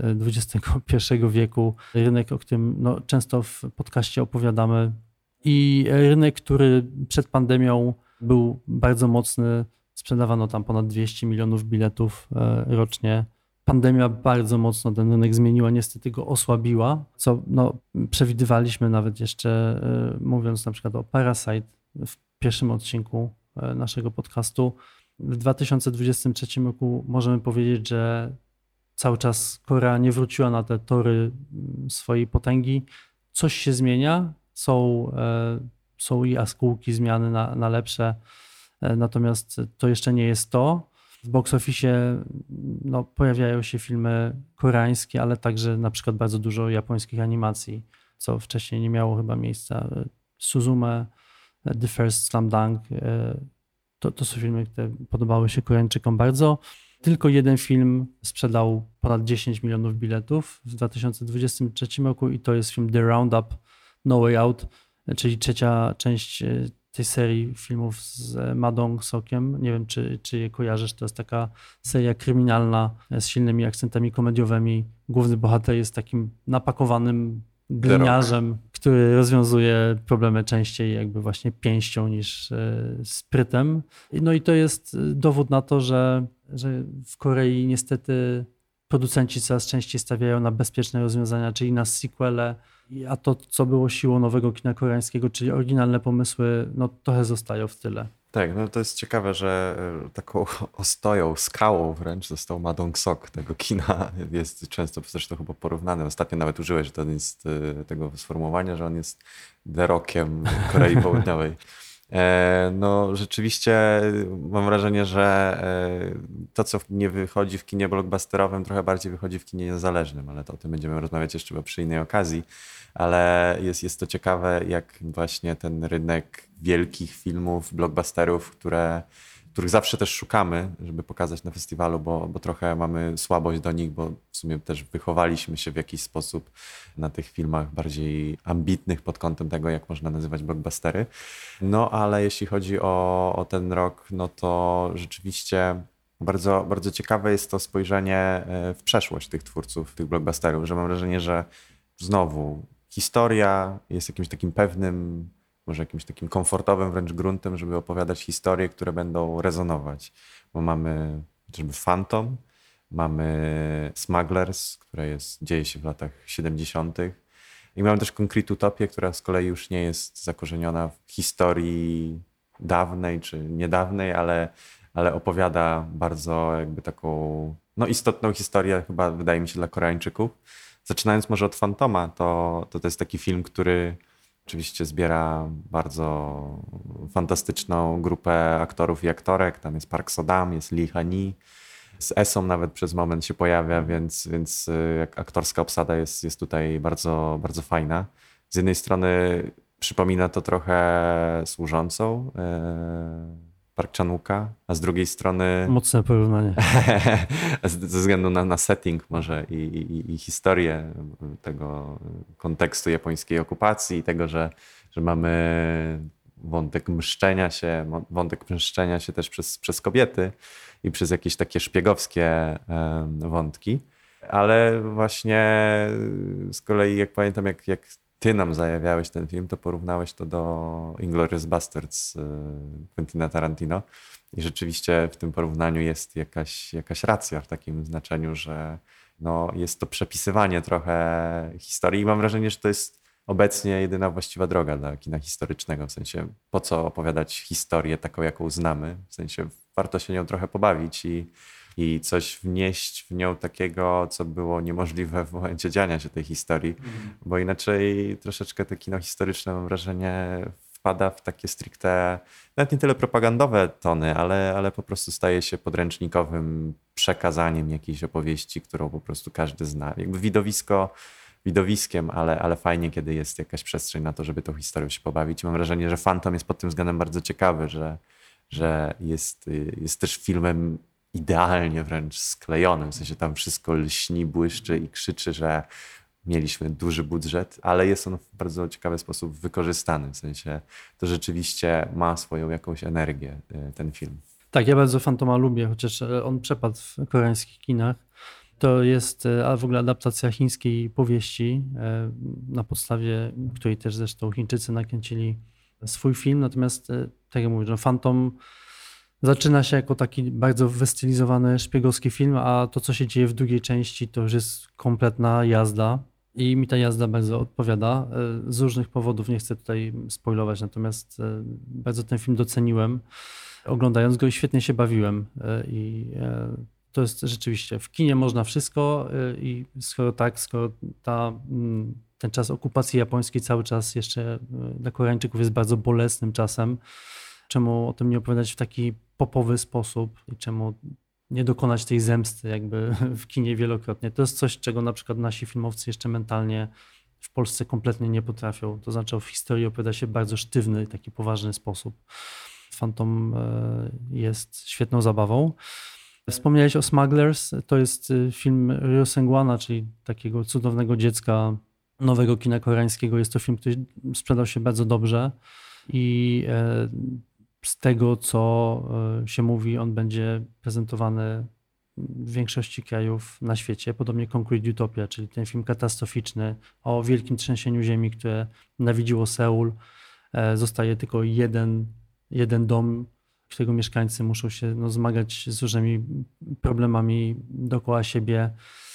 XXI wieku. Rynek, o którym często w podcaście opowiadamy i rynek, który przed pandemią był bardzo mocny, Sprzedawano tam ponad 200 milionów biletów rocznie. Pandemia bardzo mocno ten rynek zmieniła, niestety go osłabiła, co przewidywaliśmy nawet jeszcze, mówiąc na przykład o Parasite w pierwszym odcinku naszego podcastu. W 2023 roku możemy powiedzieć, że cały czas Korea nie wróciła na te tory swojej potęgi. Coś się zmienia, są i jaskółki zmiany na lepsze, natomiast to jeszcze nie jest to. W box office pojawiają się filmy koreańskie, ale także na przykład bardzo dużo japońskich animacji, co wcześniej nie miało chyba miejsca. Suzume, The First Slam Dunk, to są filmy, które podobały się Koreańczykom bardzo. Tylko jeden film sprzedał ponad 10 milionów biletów w 2023 roku i to jest film The Roundup No Way Out, czyli trzecia część tej serii filmów z Ma Dong-seokiem. Nie wiem, czy je kojarzysz. To jest taka seria kryminalna z silnymi akcentami komediowymi. Główny bohater jest takim napakowanym gliniarzem, który rozwiązuje problemy częściej jakby właśnie pięścią niż sprytem. No i to jest dowód na to, że w Korei niestety producenci coraz częściej stawiają na bezpieczne rozwiązania, czyli na sequele, a to, co było siłą nowego kina koreańskiego, czyli oryginalne pomysły, trochę zostają w tyle. Tak, to jest ciekawe, że taką ostoją, skałą wręcz został Ma Dong-seok tego kina. Jest często zresztą chyba porównany. Ostatnio nawet użyłeś tego sformułowania, że on jest The Rockiem Korei Południowej. Rzeczywiście mam wrażenie, że to, co nie wychodzi w kinie blockbusterowym, trochę bardziej wychodzi w kinie niezależnym, ale to o tym będziemy rozmawiać jeszcze przy innej okazji. Ale jest to ciekawe, jak właśnie ten rynek wielkich filmów, blockbusterów, których zawsze też szukamy, żeby pokazać na festiwalu, bo trochę mamy słabość do nich, bo w sumie też wychowaliśmy się w jakiś sposób na tych filmach bardziej ambitnych pod kątem tego, jak można nazywać blockbustery. Ale jeśli chodzi o ten rok, to rzeczywiście bardzo, bardzo ciekawe jest to spojrzenie w przeszłość tych twórców, tych blockbusterów, że mam wrażenie, że znowu historia jest jakimś takim pewnym, może jakimś takim komfortowym wręcz gruntem, żeby opowiadać historie, które będą rezonować. Bo mamy chociażby Phantom, mamy Smugglers, która dzieje się w latach 70. I mamy też Concrete Utopię, która z kolei już nie jest zakorzeniona w historii dawnej czy niedawnej, ale opowiada bardzo jakby taką istotną historię, chyba wydaje mi się dla Koreańczyków. Zaczynając może od Fantoma, to jest taki film, który oczywiście zbiera bardzo fantastyczną grupę aktorów i aktorek. Tam jest Park Seo-dam, jest Lee Ha-ni. Z Esą nawet przez moment się pojawia, więc aktorska obsada jest tutaj bardzo, bardzo fajna. Z jednej strony przypomina to trochę Służącą Park Chan-wooka, a z drugiej strony... Mocne porównanie. Ze względu na setting może i historię tego kontekstu japońskiej okupacji i tego, że mamy wątek mszczenia się też przez kobiety i przez jakieś takie szpiegowskie wątki. Ale właśnie z kolei jak pamiętam, jak ty nam zajawiałeś ten film, to porównałeś to do Inglourious Basterds Quentina Tarantino i rzeczywiście w tym porównaniu jest jakaś racja w takim znaczeniu, że jest to przepisywanie trochę historii i mam wrażenie, że to jest obecnie jedyna właściwa droga dla kina historycznego, w sensie po co opowiadać historię taką, jaką znamy, w sensie warto się nią trochę pobawić i coś wnieść w nią takiego, co było niemożliwe w momencie dziania się tej historii, bo inaczej troszeczkę to kino historyczne, mam wrażenie, wpada w takie stricte, nawet nie tyle propagandowe tony, ale po prostu staje się podręcznikowym przekazaniem jakiejś opowieści, którą po prostu każdy zna. Jakby widowiskiem, ale fajnie, kiedy jest jakaś przestrzeń na to, żeby tą historią się pobawić. Mam wrażenie, że Phantom jest pod tym względem bardzo ciekawy, że jest też filmem idealnie wręcz sklejonym, w sensie tam wszystko lśni, błyszczy i krzyczy, że mieliśmy duży budżet, ale jest on w bardzo ciekawy sposób wykorzystany, w sensie to rzeczywiście ma swoją jakąś energię, ten film. Tak, ja bardzo Fantoma lubię, chociaż on przepadł w koreańskich kinach. To jest w ogóle adaptacja chińskiej powieści, na podstawie której też zresztą Chińczycy nakręcili swój film, natomiast tak jak mówię, że Phantom Zaczyna się jako taki bardzo wystylizowany szpiegowski film, a to, co się dzieje w drugiej części, to już jest kompletna jazda. I mi ta jazda bardzo odpowiada. Z różnych powodów, nie chcę tutaj spoilować, natomiast bardzo ten film doceniłem, oglądając go i świetnie się bawiłem. I to jest rzeczywiście, w kinie można wszystko i skoro ten czas okupacji japońskiej cały czas jeszcze dla Koreańczyków jest bardzo bolesnym czasem, czemu o tym nie opowiadać w taki popowy sposób i czemu nie dokonać tej zemsty jakby w kinie wielokrotnie. To jest coś, czego na przykład nasi filmowcy jeszcze mentalnie w Polsce kompletnie nie potrafią. To znaczy w historii opowiada się w bardzo sztywny, taki poważny sposób. Phantom jest świetną zabawą. Wspomniałeś o Smugglers. To jest film Ryo Seung-wana, czyli takiego cudownego dziecka nowego kina koreańskiego. Jest to film, który sprzedał się bardzo dobrze i z tego, co się mówi, on będzie prezentowany w większości krajów na świecie. Podobnie Concrete Utopia, czyli ten film katastroficzny o wielkim trzęsieniu ziemi, które nawiedziło Seul. Zostaje tylko jeden dom, którego mieszkańcy muszą się zmagać z różnymi problemami dookoła siebie.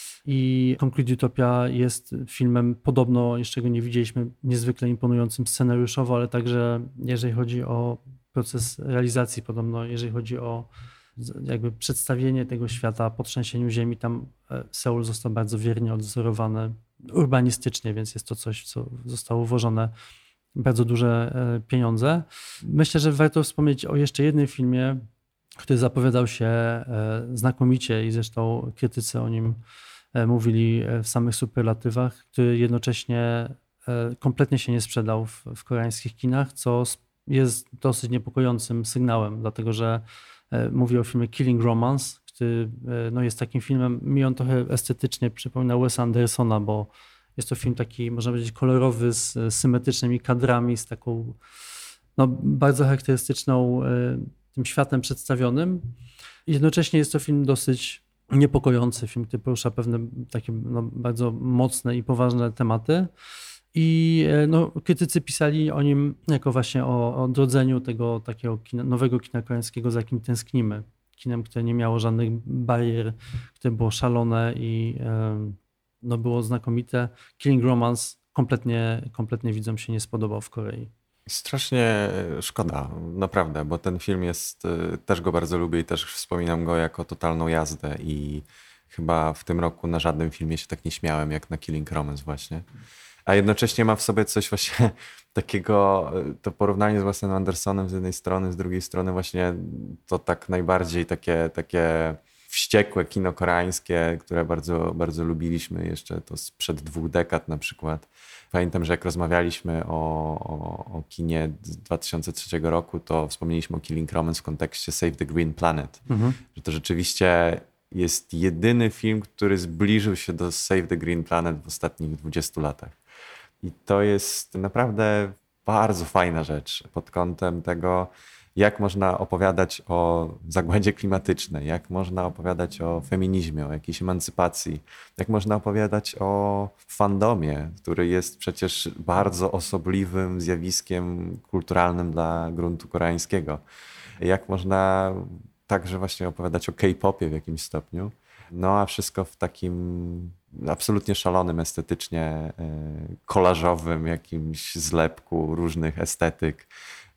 I Concrete Utopia jest filmem podobno, jeszcze go nie widzieliśmy, niezwykle imponującym scenariuszowo, ale także jeżeli chodzi o proces realizacji, podobno jeżeli chodzi o jakby przedstawienie tego świata po trzęsieniu ziemi, tam Seul został bardzo wiernie odwzorowany urbanistycznie, więc jest to coś, w co zostało włożone bardzo duże pieniądze. Myślę, że warto wspomnieć o jeszcze jednym filmie, który zapowiadał się znakomicie i zresztą krytycy o nim mówili w samych superlatywach, który jednocześnie kompletnie się nie sprzedał w koreańskich kinach, co jest dosyć niepokojącym sygnałem, dlatego że mówię o filmie Killing Romance, który jest takim filmem, mi on trochę estetycznie przypomina Wesa Andersona, bo jest to film taki, można powiedzieć, kolorowy, z symetrycznymi kadrami, z taką bardzo charakterystyczną tym światem przedstawionym. Jednocześnie jest to film dosyć niepokojący, film, który porusza pewne takie bardzo mocne i poważne tematy. I krytycy pisali o nim jako właśnie o odrodzeniu tego takiego nowego kina koreańskiego, za jakim tęsknimy. Kinem, które nie miało żadnych barier, które było szalone i było znakomite. Killing Romance kompletnie widzom się nie spodobał w Korei. Strasznie szkoda, naprawdę, bo ten film jest, też go bardzo lubię i też wspominam go jako totalną jazdę i chyba w tym roku na żadnym filmie się tak nie śmiałem jak na Killing Romance właśnie. A jednocześnie ma w sobie coś właśnie takiego, to porównanie z Wesem Andersonem z jednej strony, z drugiej strony właśnie to tak najbardziej takie wściekłe kino koreańskie, które bardzo, bardzo lubiliśmy jeszcze to sprzed 2 dekad na przykład. Pamiętam, że jak rozmawialiśmy o kinie z 2003 roku, to wspomnieliśmy o Killing Romance w kontekście Save the Green Planet. Że to rzeczywiście jest jedyny film, który zbliżył się do Save the Green Planet w ostatnich 20 latach. I to jest naprawdę bardzo fajna rzecz pod kątem tego, jak można opowiadać o zagładzie klimatycznej, jak można opowiadać o feminizmie, o jakiejś emancypacji, jak można opowiadać o fandomie, który jest przecież bardzo osobliwym zjawiskiem kulturalnym dla gruntu koreańskiego. Jak można także właśnie opowiadać o K-popie w jakimś stopniu. A wszystko w takim absolutnie szalonym estetycznie, kolażowym jakimś zlepku różnych estetyk.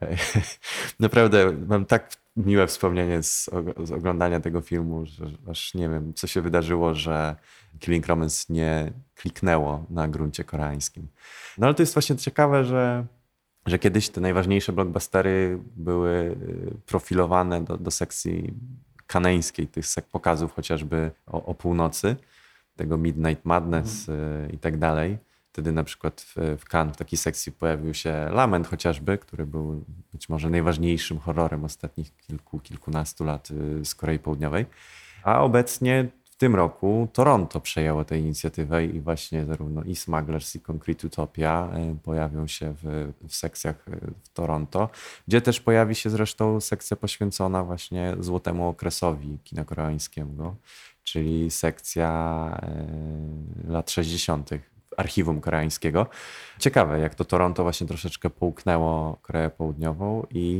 Naprawdę mam tak miłe wspomnienie z oglądania tego filmu, że aż nie wiem, co się wydarzyło, że Killing Romance nie kliknęło na gruncie koreańskim. Ale to jest właśnie ciekawe, że kiedyś te najważniejsze blockbustery były profilowane do sekcji kaneńskiej, tych pokazów chociażby o północy, tego Midnight Madness i tak dalej. Wtedy na przykład w Cannes w takiej sekcji pojawił się Lament chociażby, który był być może najważniejszym horrorem ostatnich kilkunastu lat z Korei Południowej. A obecnie w tym roku Toronto przejęło tę inicjatywę i właśnie zarówno i Smugglers i Concrete Utopia pojawią się w sekcjach w Toronto, gdzie też pojawi się zresztą sekcja poświęcona właśnie złotemu okresowi kina koreańskiego, czyli sekcja lat 60. archiwum koreańskiego. Ciekawe, jak to Toronto właśnie troszeczkę połknęło Koreę Południową i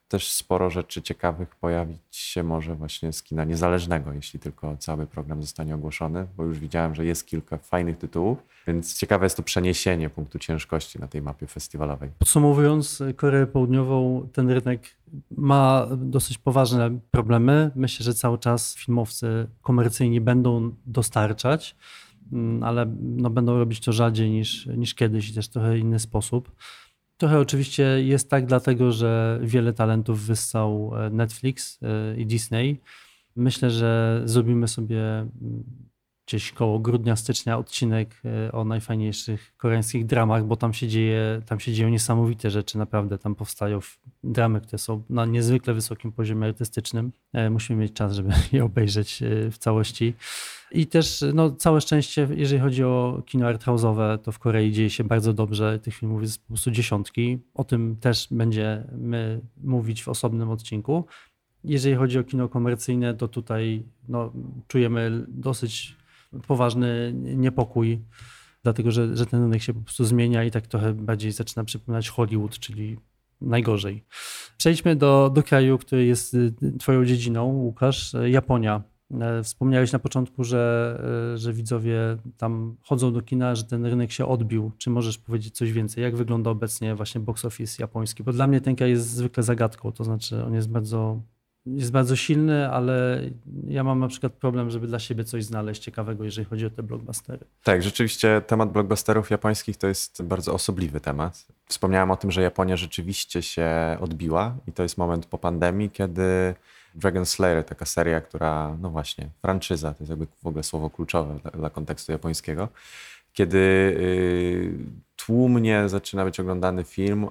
też sporo rzeczy ciekawych pojawić się może właśnie z kina niezależnego, jeśli tylko cały program zostanie ogłoszony, bo już widziałem, że jest kilka fajnych tytułów, więc ciekawe jest to przeniesienie punktu ciężkości na tej mapie festiwalowej. Podsumowując, Koreę Południową, ten rynek ma dosyć poważne problemy. Myślę, że cały czas filmowcy komercyjni będą dostarczać, ale będą robić to rzadziej niż kiedyś i też w trochę inny sposób. Trochę oczywiście jest tak dlatego, że wiele talentów wyssał Netflix i Disney. Myślę, że zrobimy sobie gdzieś koło grudnia, stycznia odcinek o najfajniejszych koreańskich dramach, bo tam się dzieją niesamowite rzeczy, naprawdę. Tam powstają dramy, które są na niezwykle wysokim poziomie artystycznym. Musimy mieć czas, żeby je obejrzeć w całości. I też całe szczęście, jeżeli chodzi o kino arthouse'owe, to w Korei dzieje się bardzo dobrze. Tych filmów jest po prostu dziesiątki. O tym też będziemy mówić w osobnym odcinku. Jeżeli chodzi o kino komercyjne, to tutaj czujemy dosyć poważny niepokój, dlatego że ten rynek się po prostu zmienia i tak trochę bardziej zaczyna przypominać Hollywood, czyli najgorzej. Przejdźmy do kraju, który jest twoją dziedziną, Łukasz, Japonia. Wspomniałeś na początku, że widzowie tam chodzą do kina, że ten rynek się odbił. Czy możesz powiedzieć coś więcej? Jak wygląda obecnie właśnie box office japoński? Bo dla mnie ten kraj jest zwykle zagadką, to znaczy on jest bardzo silny, ale ja mam na przykład problem, żeby dla siebie coś znaleźć ciekawego, jeżeli chodzi o te blockbustery. Tak, rzeczywiście temat blockbusterów japońskich to jest bardzo osobliwy temat. Wspomniałem o tym, że Japonia rzeczywiście się odbiła i to jest moment po pandemii, kiedy Dragon Slayer, taka seria, która, franczyza, to jest jakby w ogóle słowo kluczowe dla kontekstu japońskiego, kiedy tłumnie zaczyna być oglądany film,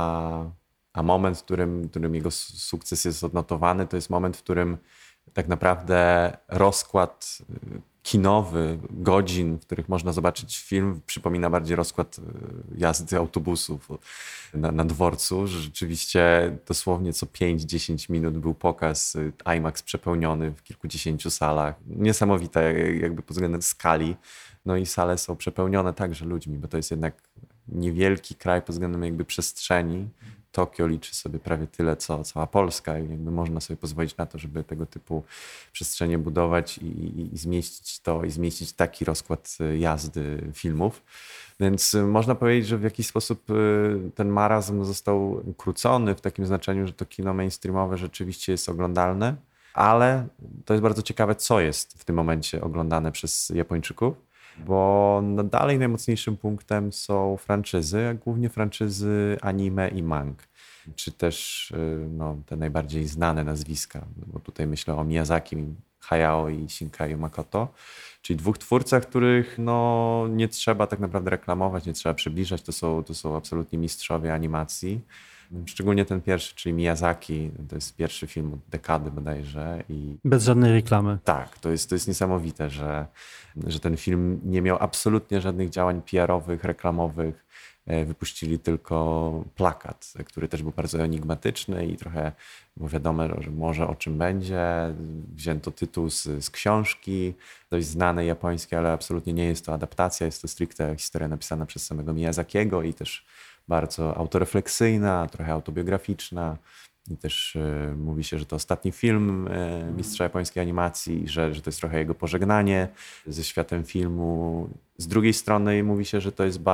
a moment, w którym jego sukces jest odnotowany, to jest moment, w którym tak naprawdę rozkład kinowy godzin, w których można zobaczyć film, przypomina bardziej rozkład jazdy autobusów na dworcu, że rzeczywiście dosłownie co 5-10 minut był pokaz IMAX przepełniony w kilkudziesięciu salach. Niesamowite jakby pod względem skali. No i sale są przepełnione także ludźmi, bo to jest jednak niewielki kraj pod względem jakby przestrzeni. Tokio liczy sobie prawie tyle, co cała Polska i jakby można sobie pozwolić na to, żeby tego typu przestrzenie budować i zmieścić taki rozkład jazdy filmów. Więc można powiedzieć, że w jakiś sposób ten marazm został ukrócony w takim znaczeniu, że to kino mainstreamowe rzeczywiście jest oglądalne, ale to jest bardzo ciekawe, co jest w tym momencie oglądane przez Japończyków, bo dalej najmocniejszym punktem są franczyzy, głównie franczyzy anime i mang, czy też te najbardziej znane nazwiska, bo tutaj myślę o Miyazaki, Hayao i Shinkai Makoto, czyli dwóch twórcach, których nie trzeba tak naprawdę reklamować, nie trzeba przybliżać, to są absolutnie mistrzowie animacji. Szczególnie ten pierwszy, czyli Miyazaki, to jest pierwszy film od dekady bodajże. Bez żadnej reklamy. Tak, to jest niesamowite, że ten film nie miał absolutnie żadnych działań PR-owych, reklamowych. Wypuścili tylko plakat, który też był bardzo enigmatyczny i trochę było wiadomo, że może o czym będzie. Wzięto tytuł z książki, dość znanej japońskiej, ale absolutnie nie jest to adaptacja, jest to stricte historia napisana przez samego Miyazakiego i też bardzo autorefleksyjna, trochę autobiograficzna. I też mówi się, że to ostatni film mistrza japońskiej animacji, że to jest trochę jego pożegnanie ze światem filmu. Z drugiej strony mówi się, że to jest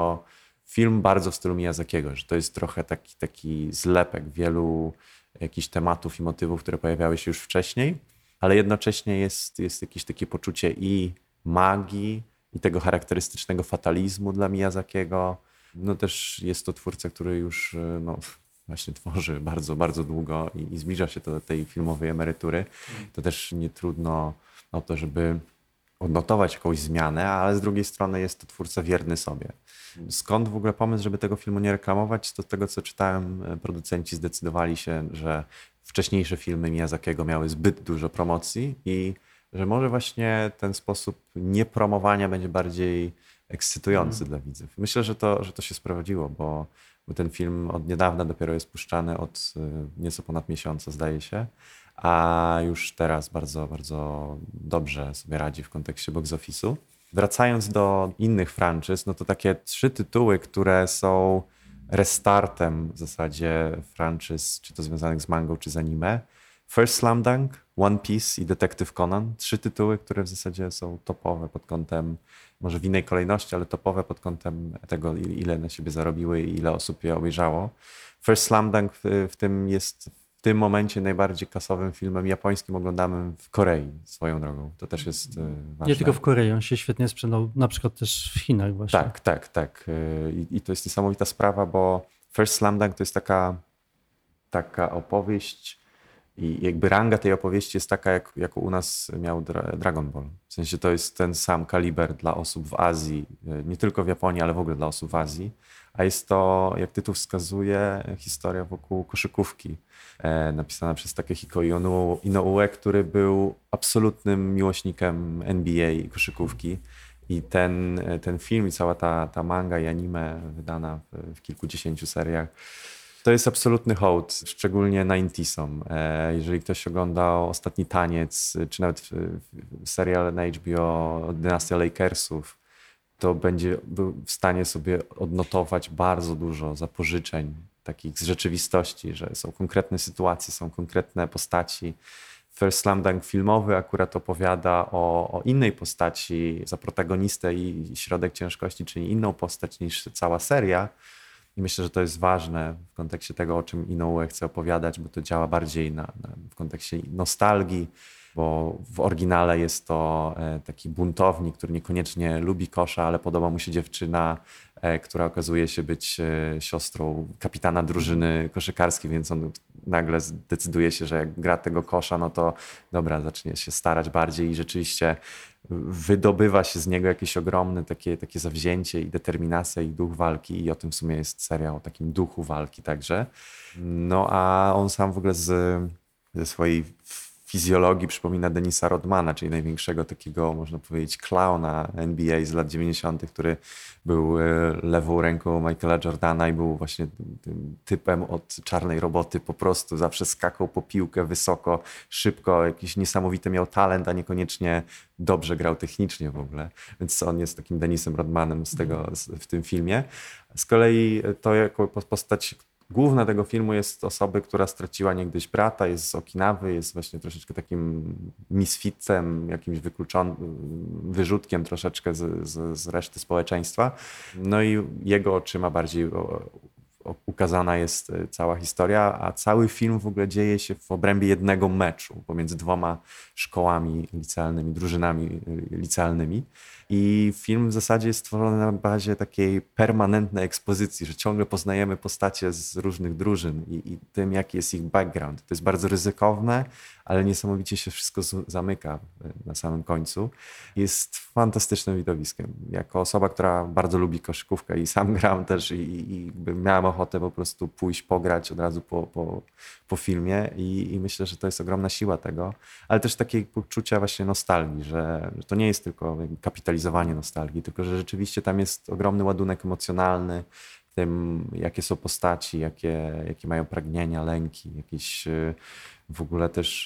film bardzo w stylu Miyazakiego, że to jest trochę taki zlepek wielu jakichś tematów i motywów, które pojawiały się już wcześniej, ale jednocześnie jest jakieś takie poczucie i magii, i tego charakterystycznego fatalizmu dla Miyazakiego. Też jest to twórca, który już właśnie tworzy bardzo, bardzo długo i zbliża się do tej filmowej emerytury. To też nie trudno o to, żeby odnotować jakąś zmianę, ale z drugiej strony jest to twórca wierny sobie. Skąd w ogóle pomysł, żeby tego filmu nie reklamować? To z tego, co czytałem, producenci zdecydowali się, że wcześniejsze filmy Miyazakiego miały zbyt dużo promocji i że może właśnie ten sposób niepromowania będzie bardziej ekscytujący dla widzów. Myślę, że to się sprawdziło, bo ten film od niedawna dopiero jest puszczany, od nieco ponad miesiąca zdaje się, a już teraz bardzo, bardzo dobrze sobie radzi w kontekście box office'u. Wracając do innych franczyz, to takie 3 tytuły, które są restartem w zasadzie franczyz, czy to związanych z mangą, czy z anime. First Slam Dunk, One Piece i Detective Conan. 3 tytuły, które w zasadzie są topowe pod kątem, może w innej kolejności, ale topowe pod kątem tego, ile na siebie zarobiły i ile osób je obejrzało. First Slam Dunk w tym jest w tym momencie najbardziej kasowym filmem japońskim oglądanym w Korei swoją drogą. To też jest ważne. Nie tylko w Korei, on się świetnie sprzedał, na przykład też w Chinach właśnie. Tak. I to jest niesamowita sprawa, bo First Slam Dunk to jest taka opowieść i jakby ranga tej opowieści jest taka, jak u nas miał Dragon Ball. W sensie to jest ten sam kaliber dla osób w Azji, nie tylko w Japonii, ale w ogóle dla osób w Azji. A jest to, jak tytuł wskazuje, historia wokół koszykówki, napisana przez Takehiko Inoue, który był absolutnym miłośnikiem NBA i koszykówki. I ten film i cała ta manga i anime wydana w kilkudziesięciu seriach, to jest absolutny hołd, szczególnie 90'som. Jeżeli ktoś oglądał Ostatni Taniec, czy nawet serial na HBO Dynastia Lakersów, to będzie był w stanie sobie odnotować bardzo dużo zapożyczeń takich z rzeczywistości, że są konkretne sytuacje, są konkretne postaci. First Slam Dunk filmowy akurat opowiada o innej postaci za protagonistę i środek ciężkości, czyli inną postać niż cała seria. I myślę, że to jest ważne w kontekście tego, o czym Inoue chce opowiadać, bo to działa bardziej w kontekście nostalgii, bo w oryginale jest to taki buntownik, który niekoniecznie lubi kosza, ale podoba mu się dziewczyna, która okazuje się być siostrą kapitana drużyny koszykarskiej, więc on nagle zdecyduje się, że jak gra tego kosza, no to dobra, zacznie się starać bardziej i rzeczywiście wydobywa się z niego jakieś ogromne takie zawzięcie i determinacja i duch walki i o tym w sumie jest serial, o takim duchu walki także. No a on sam w ogóle ze swojej fizjologii przypomina Denisa Rodmana, czyli największego takiego, można powiedzieć, klauna NBA z lat 90., który był lewą ręką Michaela Jordana i był właśnie tym typem od Czarnej Roboty, po prostu zawsze skakał po piłkę wysoko, szybko, jakiś niesamowity miał talent, a niekoniecznie dobrze grał technicznie w ogóle. Więc on jest takim Denisem Rodmanem w tym filmie. Z kolei to jako postać główna tego filmu jest osoby, która straciła niegdyś brata, jest z Okinawy, jest właśnie troszeczkę takim misfitcem, jakimś wyrzutkiem troszeczkę z reszty społeczeństwa. No i jego oczyma bardziej ukazana jest cała historia, a cały film w ogóle dzieje się w obrębie jednego meczu pomiędzy 2 szkołami licealnymi, drużynami licealnymi. I film w zasadzie jest stworzony na bazie takiej permanentnej ekspozycji, że ciągle poznajemy postacie z różnych drużyn i tym, jaki jest ich background. To jest bardzo ryzykowne, ale niesamowicie się wszystko zamyka na samym końcu. Jest fantastycznym widowiskiem. Jako osoba, która bardzo lubi koszykówkę i sam gram też i miałem ochotę po prostu pójść pograć od razu po filmie i myślę, że to jest ogromna siła tego, ale też takiej poczucia właśnie nostalgii, że to nie jest tylko kapitalizowanie nostalgii, tylko że rzeczywiście tam jest ogromny ładunek emocjonalny w tym, jakie są postaci, jakie mają pragnienia, lęki, jakieś w ogóle też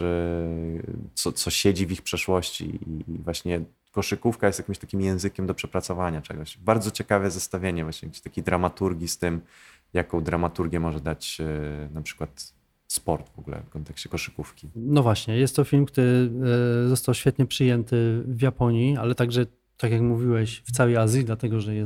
co siedzi w ich przeszłości i właśnie koszykówka jest jakimś takim językiem do przepracowania czegoś. Bardzo ciekawe zestawienie właśnie jakiejś takiej dramaturgii z tym, jaką dramaturgię może dać na przykład sport w ogóle w kontekście koszykówki. No właśnie, jest to film, który został świetnie przyjęty w Japonii, ale także, tak jak mówiłeś, w całej Azji, dlatego że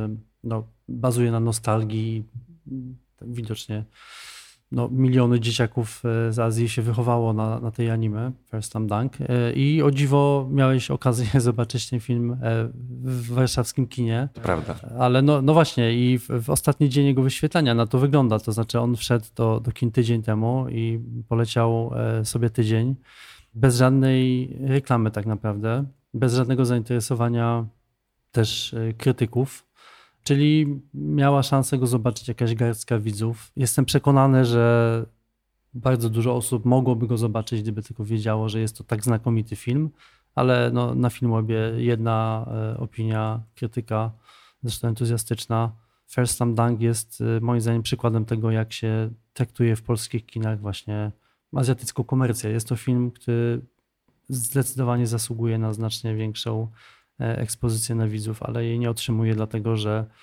bazuje na nostalgii. Widocznie miliony dzieciaków z Azji się wychowało na tej anime, First Slam Dunk. I o dziwo miałeś okazję zobaczyć ten film w warszawskim kinie. To prawda. Ale no właśnie i w ostatni dzień jego wyświetlania na to wygląda. To znaczy on wszedł do kin tydzień temu i poleciał sobie tydzień bez żadnej reklamy tak naprawdę, bez żadnego zainteresowania też krytyków. Czyli miała szansę go zobaczyć jakaś garstka widzów. Jestem przekonany, że bardzo dużo osób mogłoby go zobaczyć, gdyby tylko wiedziało, że jest to tak znakomity film, ale na Filmwebie jedna opinia krytyka, zresztą entuzjastyczna. First Slam Dunk jest moim zdaniem przykładem tego, jak się traktuje w polskich kinach właśnie azjatycką komercję. Jest to film, który zdecydowanie zasługuje na znacznie większą ekspozycję na widzów, ale jej nie otrzymuje dlatego, że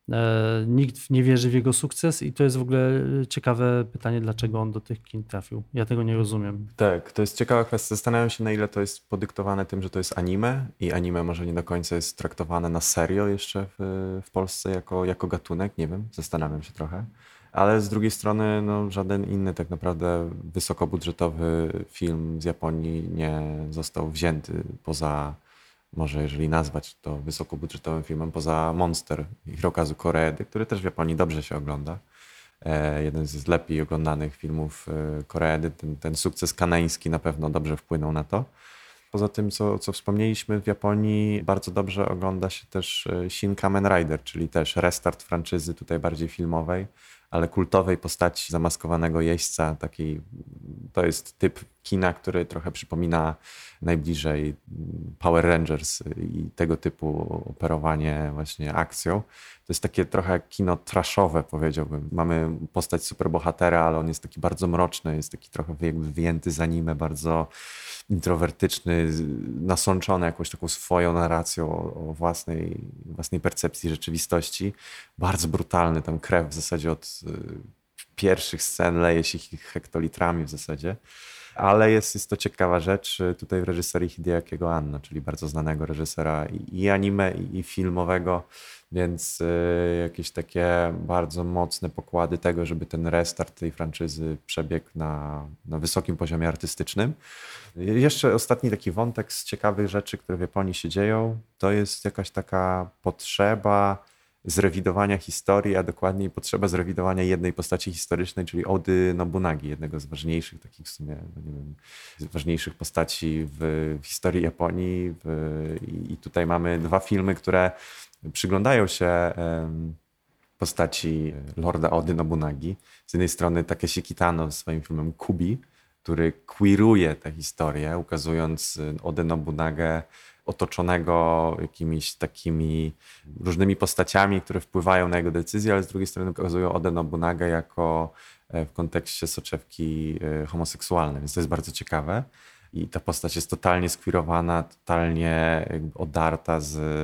Nikt nie wierzy w jego sukces i to jest w ogóle ciekawe pytanie, dlaczego on do tych kin trafił. Ja tego nie rozumiem. Tak, to jest ciekawa kwestia. Zastanawiam się, na ile to jest podyktowane tym, że to jest anime i anime może nie do końca jest traktowane na serio jeszcze w Polsce jako gatunek. Nie wiem, zastanawiam się trochę. Ale z drugiej strony no, żaden inny tak naprawdę wysokobudżetowy film z Japonii nie został wzięty poza, może jeżeli nazwać to wysokobudżetowym filmem, poza Monster Hirokazu Koreedy, który też w Japonii dobrze się ogląda. Jeden z lepiej oglądanych filmów Koreedy. Ten sukces kaneński na pewno dobrze wpłynął na to. Poza tym, co wspomnieliśmy, w Japonii bardzo dobrze ogląda się też Shin Kamen Rider, czyli też restart franczyzy tutaj bardziej filmowej, ale kultowej postaci zamaskowanego jeźdźca. To jest typ kina, który trochę przypomina najbliżej Power Rangers i tego typu operowanie właśnie akcją. To jest takie trochę kino trashowe, powiedziałbym. Mamy postać superbohatera, ale on jest taki bardzo mroczny, jest taki trochę jakby wyjęty z anime, bardzo introwertyczny, nasączony jakąś taką swoją narracją o własnej percepcji rzeczywistości. Bardzo brutalny, tam krew w zasadzie od pierwszych scen leje się hektolitrami w zasadzie. Ale jest to ciekawa rzecz tutaj w reżyserii Hideakiego Anno, czyli bardzo znanego reżysera i anime, i filmowego, więc jakieś takie bardzo mocne pokłady tego, żeby ten restart tej franczyzy przebiegł na wysokim poziomie artystycznym. Jeszcze ostatni taki wątek z ciekawych rzeczy, które w Japonii się dzieją, to jest jakaś taka potrzeba zrewidowania historii, a dokładniej potrzeba zrewidowania jednej postaci historycznej, czyli Ody Nobunagi, jednego z ważniejszych takich w sumie, nie wiem, ważniejszych postaci w historii Japonii. I tutaj mamy 2 filmy, które przyglądają się postaci lorda Ody Nobunagi. Z jednej strony Takeshi Kitano swoim filmem Kubi, który queeruje tę historię, ukazując Odę Nobunagę otoczonego jakimiś takimi różnymi postaciami, które wpływają na jego decyzje, ale z drugiej strony pokazują Odę Nobunagę jako w kontekście soczewki homoseksualnej, więc to jest bardzo ciekawe. I ta postać jest totalnie skwirowana, totalnie jakby odarta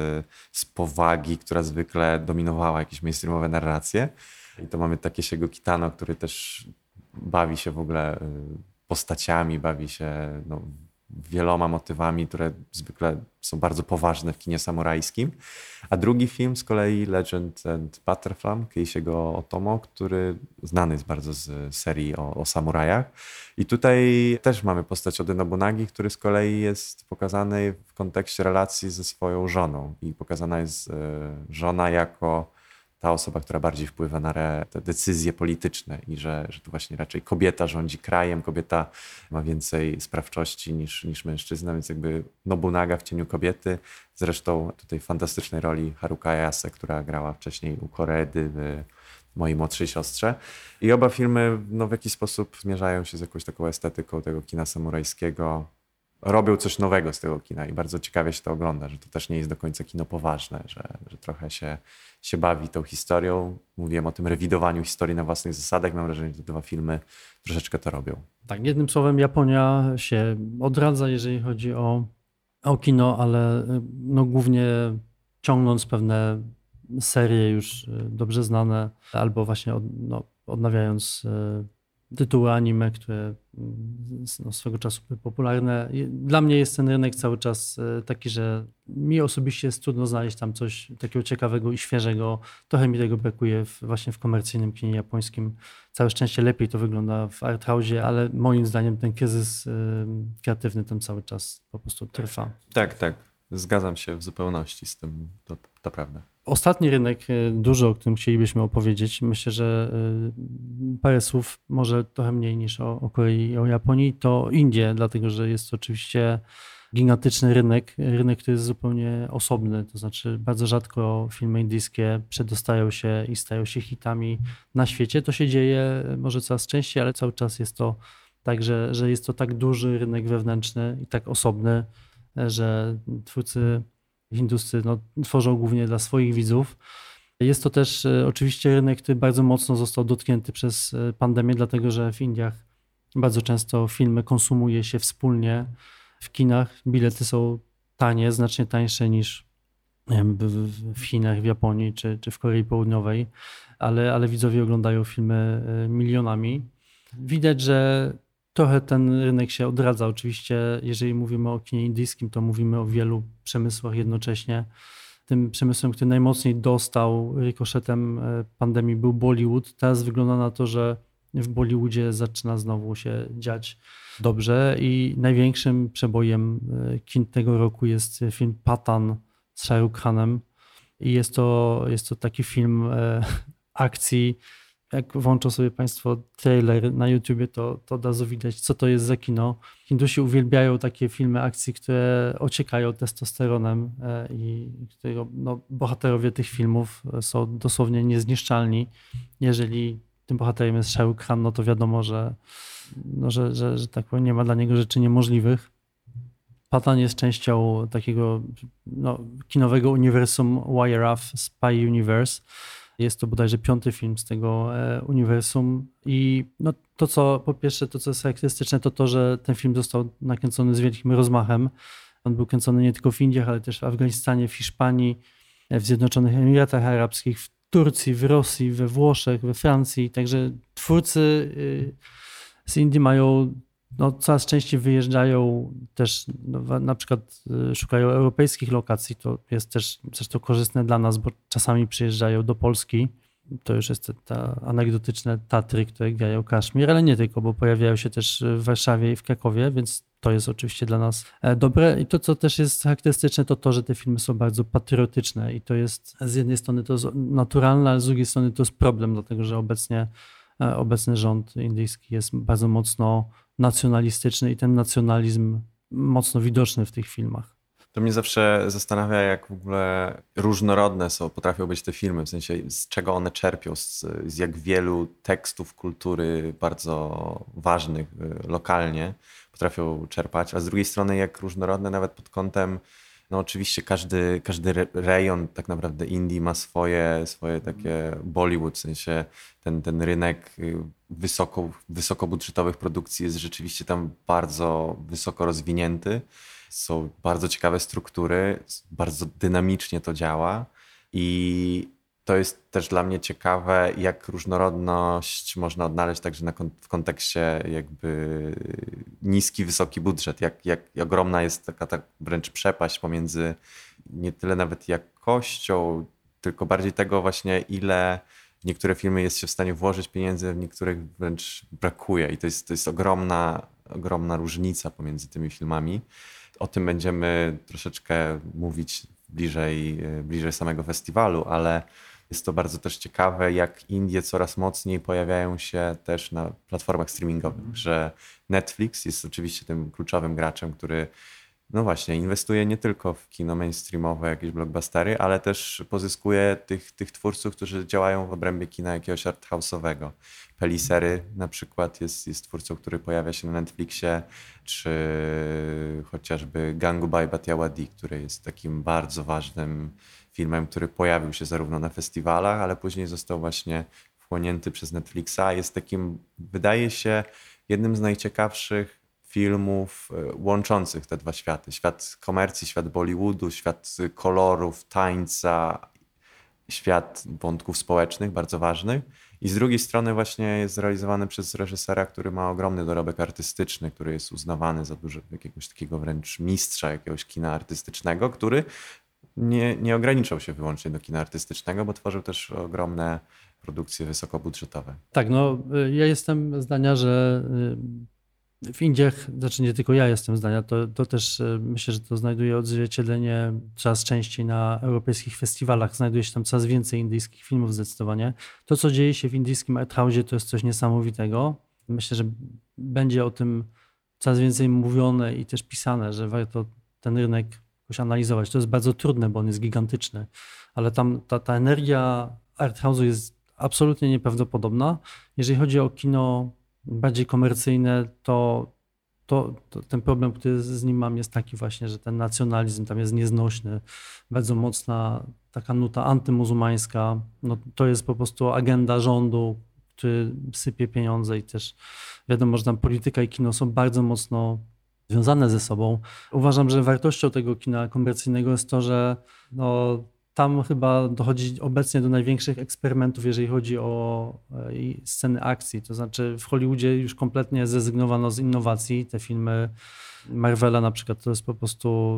z powagi, która zwykle dominowała jakieś mainstreamowe narracje. I to mamy Takeshiego Kitano, który też bawi się w ogóle postaciami, bawi się wieloma motywami, które zwykle są bardzo poważne w kinie samurajskim. A drugi film z kolei Legend and Butterfly Keishiego Otomo, który znany jest bardzo z serii o samurajach. I tutaj też mamy postać Ody Nobunagi, który z kolei jest pokazany w kontekście relacji ze swoją żoną. I pokazana jest żona jako ta osoba, która bardziej wpływa na te decyzje polityczne i że tu właśnie raczej kobieta rządzi krajem, kobieta ma więcej sprawczości niż mężczyzna, więc jakby Nobunaga w cieniu kobiety. Zresztą tutaj w fantastycznej roli Haruka Ayase, która grała wcześniej u Koreedy w Mojej młodszej siostrze. I oba filmy w jakiś sposób zmierzają się z jakąś taką estetyką tego kina samurajskiego. Robią coś nowego z tego kina i bardzo ciekawie się to ogląda, że to też nie jest do końca kino poważne, że trochę się bawi tą historią. Mówiłem o tym rewidowaniu historii na własnych zasadach. Mam wrażenie, że te 2 filmy troszeczkę to robią. Tak, jednym słowem Japonia się odradza, jeżeli chodzi o kino, ale głównie ciągnąc pewne serie już dobrze znane albo właśnie odnawiając tytuły anime, które swego czasu były popularne. Dla mnie jest ten rynek cały czas taki, że mi osobiście jest trudno znaleźć tam coś takiego ciekawego i świeżego. Trochę mi tego brakuje właśnie w komercyjnym kinie japońskim. Całe szczęście lepiej to wygląda w arthouse'ie, ale moim zdaniem ten kryzys kreatywny tam cały czas po prostu trwa. Tak. Zgadzam się w zupełności z tym. To prawda. Ostatni rynek duży, o którym chcielibyśmy opowiedzieć, myślę, że parę słów, może trochę mniej niż o Korei i o Japonii, to Indie, dlatego że jest to oczywiście gigantyczny rynek, który jest zupełnie osobny, to znaczy bardzo rzadko filmy indyjskie przedostają się i stają się hitami na świecie. To się dzieje może coraz częściej, ale cały czas jest to tak, że jest to tak duży rynek wewnętrzny i tak osobny, że twórcy hinduscy tworzą głównie dla swoich widzów. Jest to też oczywiście rynek, który bardzo mocno został dotknięty przez pandemię, dlatego że w Indiach bardzo często filmy konsumuje się wspólnie w kinach. Bilety są tanie, znacznie tańsze niż nie wiem, w Chinach, w Japonii czy w Korei Południowej, ale widzowie oglądają filmy milionami. Widać, że trochę ten rynek się odradza. Oczywiście, jeżeli mówimy o kinie indyjskim, to mówimy o wielu przemysłach jednocześnie. Tym przemysłem, który najmocniej dostał rykoszetem pandemii, był Bollywood. Teraz wygląda na to, że w Bollywoodzie zaczyna znowu się dziać dobrze i największym przebojem kin tego roku jest film Pathan z Shah Rukh Khanem i jest to taki film akcji. Jak włączą sobie Państwo trailer na YouTubie, to od razu widać, co to jest za kino. Hindusi uwielbiają takie filmy akcji, które ociekają testosteronem i którego bohaterowie tych filmów są dosłownie niezniszczalni. Jeżeli tym bohaterem jest Shah Rukh Khan, no to wiadomo, że tak powiem, nie ma dla niego rzeczy niemożliwych. Pathan jest częścią takiego kinowego uniwersum YRF, Spy Universe. Jest to bodajże 5. film z tego uniwersum i to, co po pierwsze, to co jest charakterystyczne, to, że ten film został nakręcony z wielkim rozmachem. On był kręcony nie tylko w Indiach, ale też w Afganistanie, w Hiszpanii, w Zjednoczonych Emiratach Arabskich, w Turcji, w Rosji, we Włoszech, we Francji. Także twórcy z Indii mają, coraz częściej wyjeżdżają też, na przykład szukają europejskich lokacji. To jest też zresztą korzystne dla nas, bo czasami przyjeżdżają do Polski. To już jest te anegdotyczne Tatry, które grają Kaszmir, ale nie tylko, bo pojawiają się też w Warszawie i w Krakowie, więc to jest oczywiście dla nas dobre. I to, co też jest charakterystyczne, to, że te filmy są bardzo patriotyczne i to jest z jednej strony to jest naturalne, ale z drugiej strony to jest problem, dlatego że obecny rząd indyjski jest bardzo mocno nacjonalistyczny i ten nacjonalizm mocno widoczny w tych filmach. To mnie zawsze zastanawia, jak w ogóle różnorodne potrafią być te filmy, w sensie z czego one czerpią, z jak wielu tekstów kultury bardzo ważnych lokalnie potrafią czerpać, a z drugiej strony jak różnorodne nawet pod kątem, oczywiście każdy rejon tak naprawdę Indii ma swoje takie Bollywood, w sensie ten rynek wysokobudżetowych produkcji jest rzeczywiście tam bardzo wysoko rozwinięty. Są bardzo ciekawe struktury, bardzo dynamicznie to działa i to jest też dla mnie ciekawe, jak różnorodność można odnaleźć także w kontekście jakby niski, wysoki budżet, jak ogromna jest taka wręcz przepaść pomiędzy nie tyle nawet jakością, tylko bardziej tego właśnie, ile w niektóre filmy jest się w stanie włożyć pieniędzy, w niektórych wręcz brakuje i to jest ogromna różnica pomiędzy tymi filmami. O tym będziemy troszeczkę mówić bliżej samego festiwalu, ale jest to bardzo też ciekawe, jak Indie coraz mocniej pojawiają się też na platformach streamingowych, że Netflix jest oczywiście tym kluczowym graczem, który właśnie inwestuje nie tylko w kino mainstreamowe, jakieś blockbustery, ale też pozyskuje tych twórców, którzy działają w obrębie kina jakiegoś arthouse'owego. Pelisery na przykład jest twórcą, który pojawia się na Netflixie, czy chociażby Gangubai Batiawadi, który jest takim bardzo ważnym filmem, który pojawił się zarówno na festiwalach, ale później został właśnie wchłonięty przez Netflixa. Jest takim, wydaje się, jednym z najciekawszych filmów łączących te dwa światy. Świat komercji, świat Bollywoodu, świat kolorów, tańca, świat wątków społecznych, bardzo ważnych. I z drugiej strony właśnie jest zrealizowany przez reżysera, który ma ogromny dorobek artystyczny, który jest uznawany za jakiegoś takiego wręcz mistrza jakiegoś kina artystycznego, który nie ograniczał się wyłącznie do kina artystycznego, bo tworzył też ogromne produkcje wysokobudżetowe. Tak, ja jestem zdania, że w Indiach, znaczy nie tylko ja jestem zdania, to też myślę, że to znajduje odzwierciedlenie coraz częściej na europejskich festiwalach. Znajduje się tam coraz więcej indyjskich filmów zdecydowanie. To, co dzieje się w indyjskim arthouse'ie, to jest coś niesamowitego. Myślę, że będzie o tym coraz więcej mówione i też pisane, że warto ten rynek jakoś analizować. To jest bardzo trudne, bo on jest gigantyczny, ale tam ta energia arthouse'u jest absolutnie nieprawdopodobna. Jeżeli chodzi o kino bardziej komercyjne, to ten problem, który z nim mam, jest taki właśnie, że ten nacjonalizm tam jest nieznośny. Bardzo mocna taka nuta antymuzułmańska. To jest po prostu agenda rządu, który sypie pieniądze i też wiadomo, że tam polityka i kino są bardzo mocno związane ze sobą. Uważam, że wartością tego kina komercyjnego jest to, że tam chyba dochodzi obecnie do największych eksperymentów, jeżeli chodzi o sceny akcji. To znaczy w Hollywoodzie już kompletnie zrezygnowano z innowacji. Te filmy Marvela na przykład to jest po prostu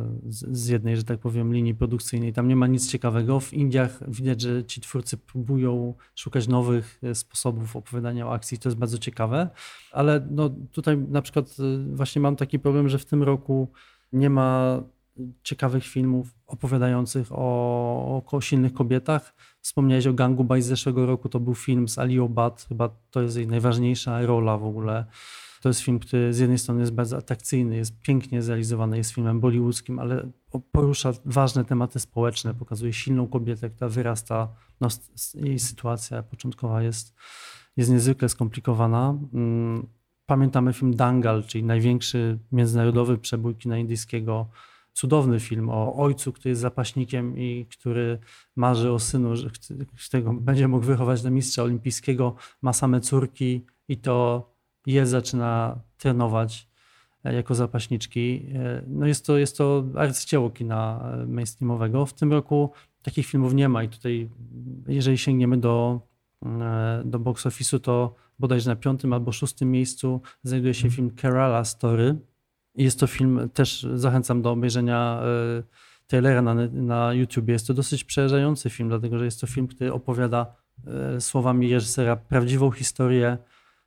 z jednej, że tak powiem, linii produkcyjnej. Tam nie ma nic ciekawego. W Indiach widać, że ci twórcy próbują szukać nowych sposobów opowiadania o akcji. To jest bardzo ciekawe. Ale tutaj na przykład właśnie mam taki problem, że w tym roku nie ma ciekawych filmów opowiadających o silnych kobietach. Wspomniałeś o Gangu Bai z zeszłego roku, to był film z Alią Bhatt, chyba to jest jej najważniejsza rola w ogóle. To jest film, który z jednej strony jest bardzo atrakcyjny, jest pięknie zrealizowany, jest filmem bollywoodzkim, ale porusza ważne tematy społeczne, pokazuje silną kobietę, która wyrasta, jej sytuacja początkowa jest niezwykle skomplikowana. Pamiętamy film Dangal, czyli największy międzynarodowy przebój kina indyjskiego, cudowny film o ojcu, który jest zapaśnikiem i który marzy o synu, którego będzie mógł wychować do mistrza olimpijskiego, ma same córki i to zaczyna trenować jako zapaśniczki. Jest to arcydzieło kina mainstreamowego. W tym roku takich filmów nie ma i tutaj jeżeli sięgniemy do box office'u, to bodajże na 5. albo 6. miejscu znajduje się film Kerala Story. Jest to film, też zachęcam do obejrzenia trailera na YouTubie. Jest to dosyć przerażający film, dlatego że jest to film, który opowiada słowami reżysera prawdziwą historię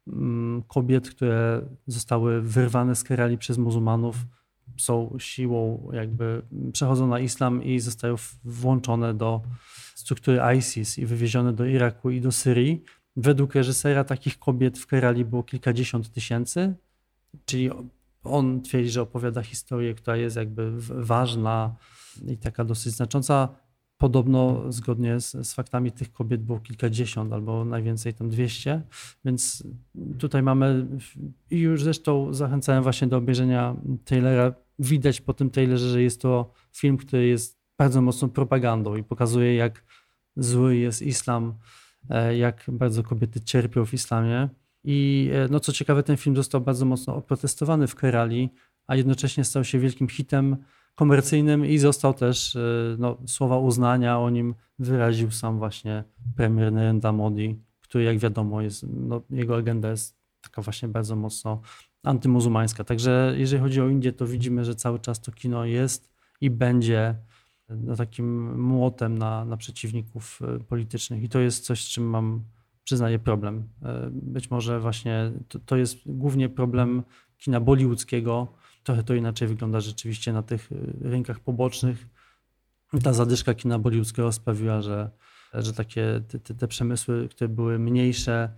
kobiet, które zostały wyrwane z Kerali przez muzułmanów, są siłą przechodzą na islam i zostają włączone do struktury ISIS i wywiezione do Iraku i do Syrii. Według reżysera takich kobiet w Kerali było kilkadziesiąt tysięcy, czyli on twierdzi, że opowiada historię, która jest ważna i taka dosyć znacząca. Podobno zgodnie z faktami tych kobiet było kilkadziesiąt albo najwięcej tam 200, więc tutaj mamy i już zresztą zachęcałem właśnie do obejrzenia trailera. Widać po tym trailerze, że jest to film, który jest bardzo mocną propagandą i pokazuje, jak zły jest islam, jak bardzo kobiety cierpią w islamie. I co ciekawe, ten film został bardzo mocno oprotestowany w Kerali, a jednocześnie stał się wielkim hitem komercyjnym i został też, słowa uznania o nim wyraził sam właśnie premier Narendra Modi, który jak wiadomo jego agenda jest taka właśnie bardzo mocno antymuzułmańska. Także jeżeli chodzi o Indię, to widzimy, że cały czas to kino jest i będzie takim młotem na przeciwników politycznych i to jest coś, z czym mam, przyznaję, problem. Być może właśnie to jest głównie problem kina bollywoodzkiego. Trochę to inaczej wygląda rzeczywiście na tych rynkach pobocznych. Ta zadyszka kina bollywoodzkiego sprawiła, że takie te przemysły, które były mniejsze,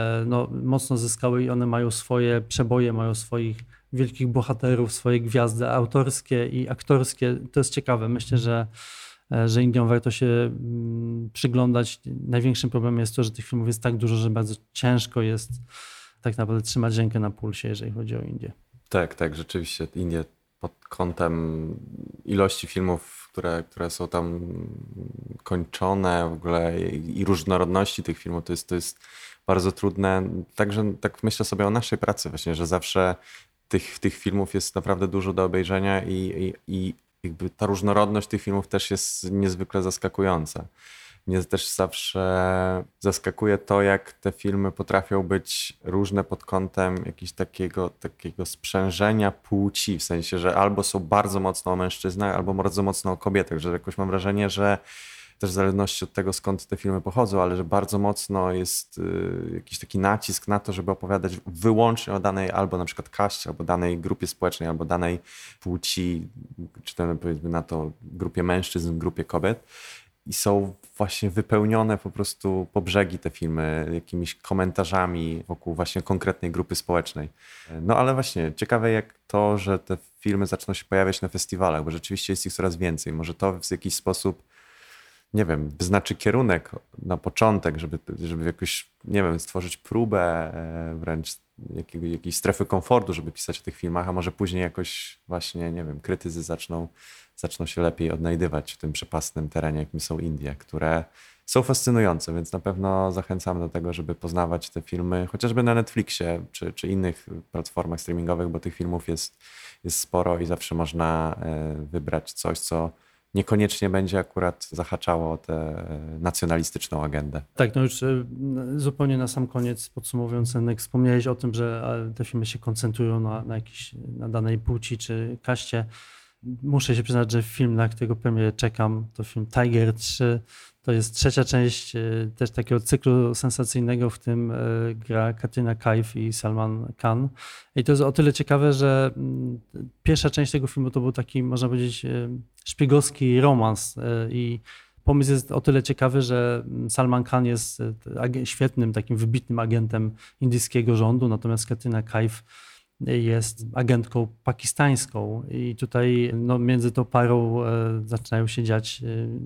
mocno zyskały i one mają swoje przeboje, mają swoich wielkich bohaterów, swoje gwiazdy autorskie i aktorskie. To jest ciekawe. Myślę, że Indiom warto się przyglądać. Największym problemem jest to, że tych filmów jest tak dużo, że bardzo ciężko jest tak naprawdę trzymać rękę na pulsie, jeżeli chodzi o Indię. Tak, rzeczywiście Indie pod kątem ilości filmów, które są tam kończone w ogóle i różnorodności tych filmów, to jest bardzo trudne. Także tak myślę sobie o naszej pracy właśnie, że zawsze tych filmów jest naprawdę dużo do obejrzenia i jakby ta różnorodność tych filmów też jest niezwykle zaskakująca. Mnie też zawsze zaskakuje to, jak te filmy potrafią być różne pod kątem jakiegoś takiego sprzężenia płci, w sensie, że albo są bardzo mocno o mężczyznach, albo bardzo mocno o kobietach, że jakoś mam wrażenie, że też w zależności od tego, skąd te filmy pochodzą, ale że bardzo mocno jest jakiś taki nacisk na to, żeby opowiadać wyłącznie o danej albo na przykład kaście, albo danej grupie społecznej, albo danej płci, czy tam powiedzmy na to grupie mężczyzn, grupie kobiet. I są właśnie wypełnione po prostu po brzegi te filmy jakimiś komentarzami wokół właśnie konkretnej grupy społecznej. No ale właśnie ciekawe jak to, że te filmy zaczną się pojawiać na festiwalach, bo rzeczywiście jest ich coraz więcej. Może to w jakiś sposób, nie wiem, wyznaczy kierunek na początek, żeby jakoś, nie wiem, stworzyć próbę wręcz jakiejś strefy komfortu, żeby pisać o tych filmach, a może później jakoś właśnie, nie wiem, krytycy zaczną się lepiej odnajdywać w tym przepastnym terenie, jakim są Indie, które są fascynujące, więc na pewno zachęcam do tego, żeby poznawać te filmy, chociażby na Netflixie czy innych platformach streamingowych, bo tych filmów jest sporo i zawsze można wybrać coś, co niekoniecznie będzie akurat zahaczało o tę nacjonalistyczną agendę. Tak, no już zupełnie na sam koniec podsumowując, Zenek, wspomniałeś o tym, że te filmy się koncentrują na danej płci czy kaście. Muszę się przyznać, że film, na którego premierę czekam, to film Tiger 3. To jest trzecia część też takiego cyklu sensacyjnego, w tym gra Katrina Kaif i Salman Khan. I to jest o tyle ciekawe, że pierwsza część tego filmu to był taki, można powiedzieć, szpiegowski romans. I pomysł jest o tyle ciekawy, że Salman Khan jest świetnym, takim wybitnym agentem indyjskiego rządu, natomiast Katrina Kaif jest agentką pakistańską i tutaj między tą parą zaczynają się dziać,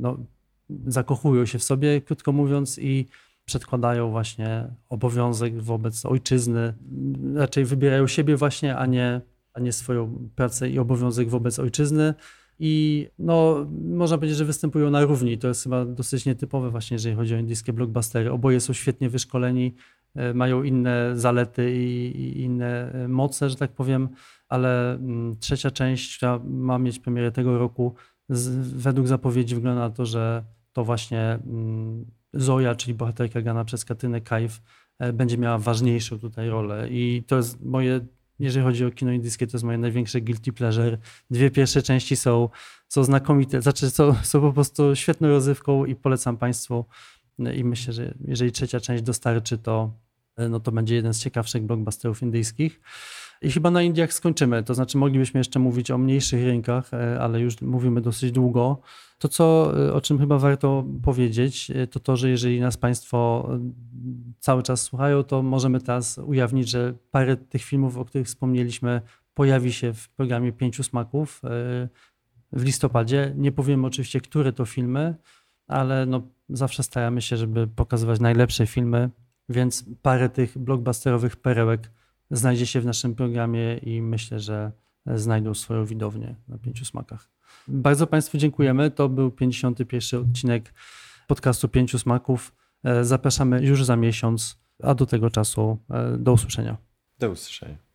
zakochują się w sobie, krótko mówiąc, i przedkładają właśnie obowiązek wobec ojczyzny. Raczej wybierają siebie właśnie, a nie swoją pracę i obowiązek wobec ojczyzny. I można powiedzieć, że występują na równi. To jest chyba dosyć nietypowe właśnie, jeżeli chodzi o indyjskie blockbustery. Oboje są świetnie wyszkoleni, mają inne zalety i inne moce, że tak powiem, ale trzecia część, która ma mieć premierę tego roku, według zapowiedzi wygląda na to, że to właśnie Zoja, czyli bohaterka grana przez Katrynę Kaif, będzie miała ważniejszą tutaj rolę. I to jest jeżeli chodzi o kino indyjskie, to jest moje największe guilty pleasure. Dwie pierwsze części są znakomite, są po prostu świetną rozrywką i polecam Państwu. I myślę, że jeżeli trzecia część dostarczy, to będzie jeden z ciekawszych blockbusterów indyjskich. I chyba na Indiach skończymy. To znaczy moglibyśmy jeszcze mówić o mniejszych rynkach, ale już mówimy dosyć długo. To, o czym chyba warto powiedzieć, to, że jeżeli nas Państwo cały czas słuchają, to możemy teraz ujawnić, że parę tych filmów, o których wspomnieliśmy, pojawi się w programie 5 smaków w listopadzie. Nie powiemy oczywiście, które to filmy, ale zawsze staramy się, żeby pokazywać najlepsze filmy, więc parę tych blockbusterowych perełek znajdzie się w naszym programie i myślę, że znajdą swoją widownię na 5 smakach. Bardzo Państwu dziękujemy. To był 51. odcinek podcastu 5 smaków. Zapraszamy już za miesiąc, a do tego czasu do usłyszenia. Do usłyszenia.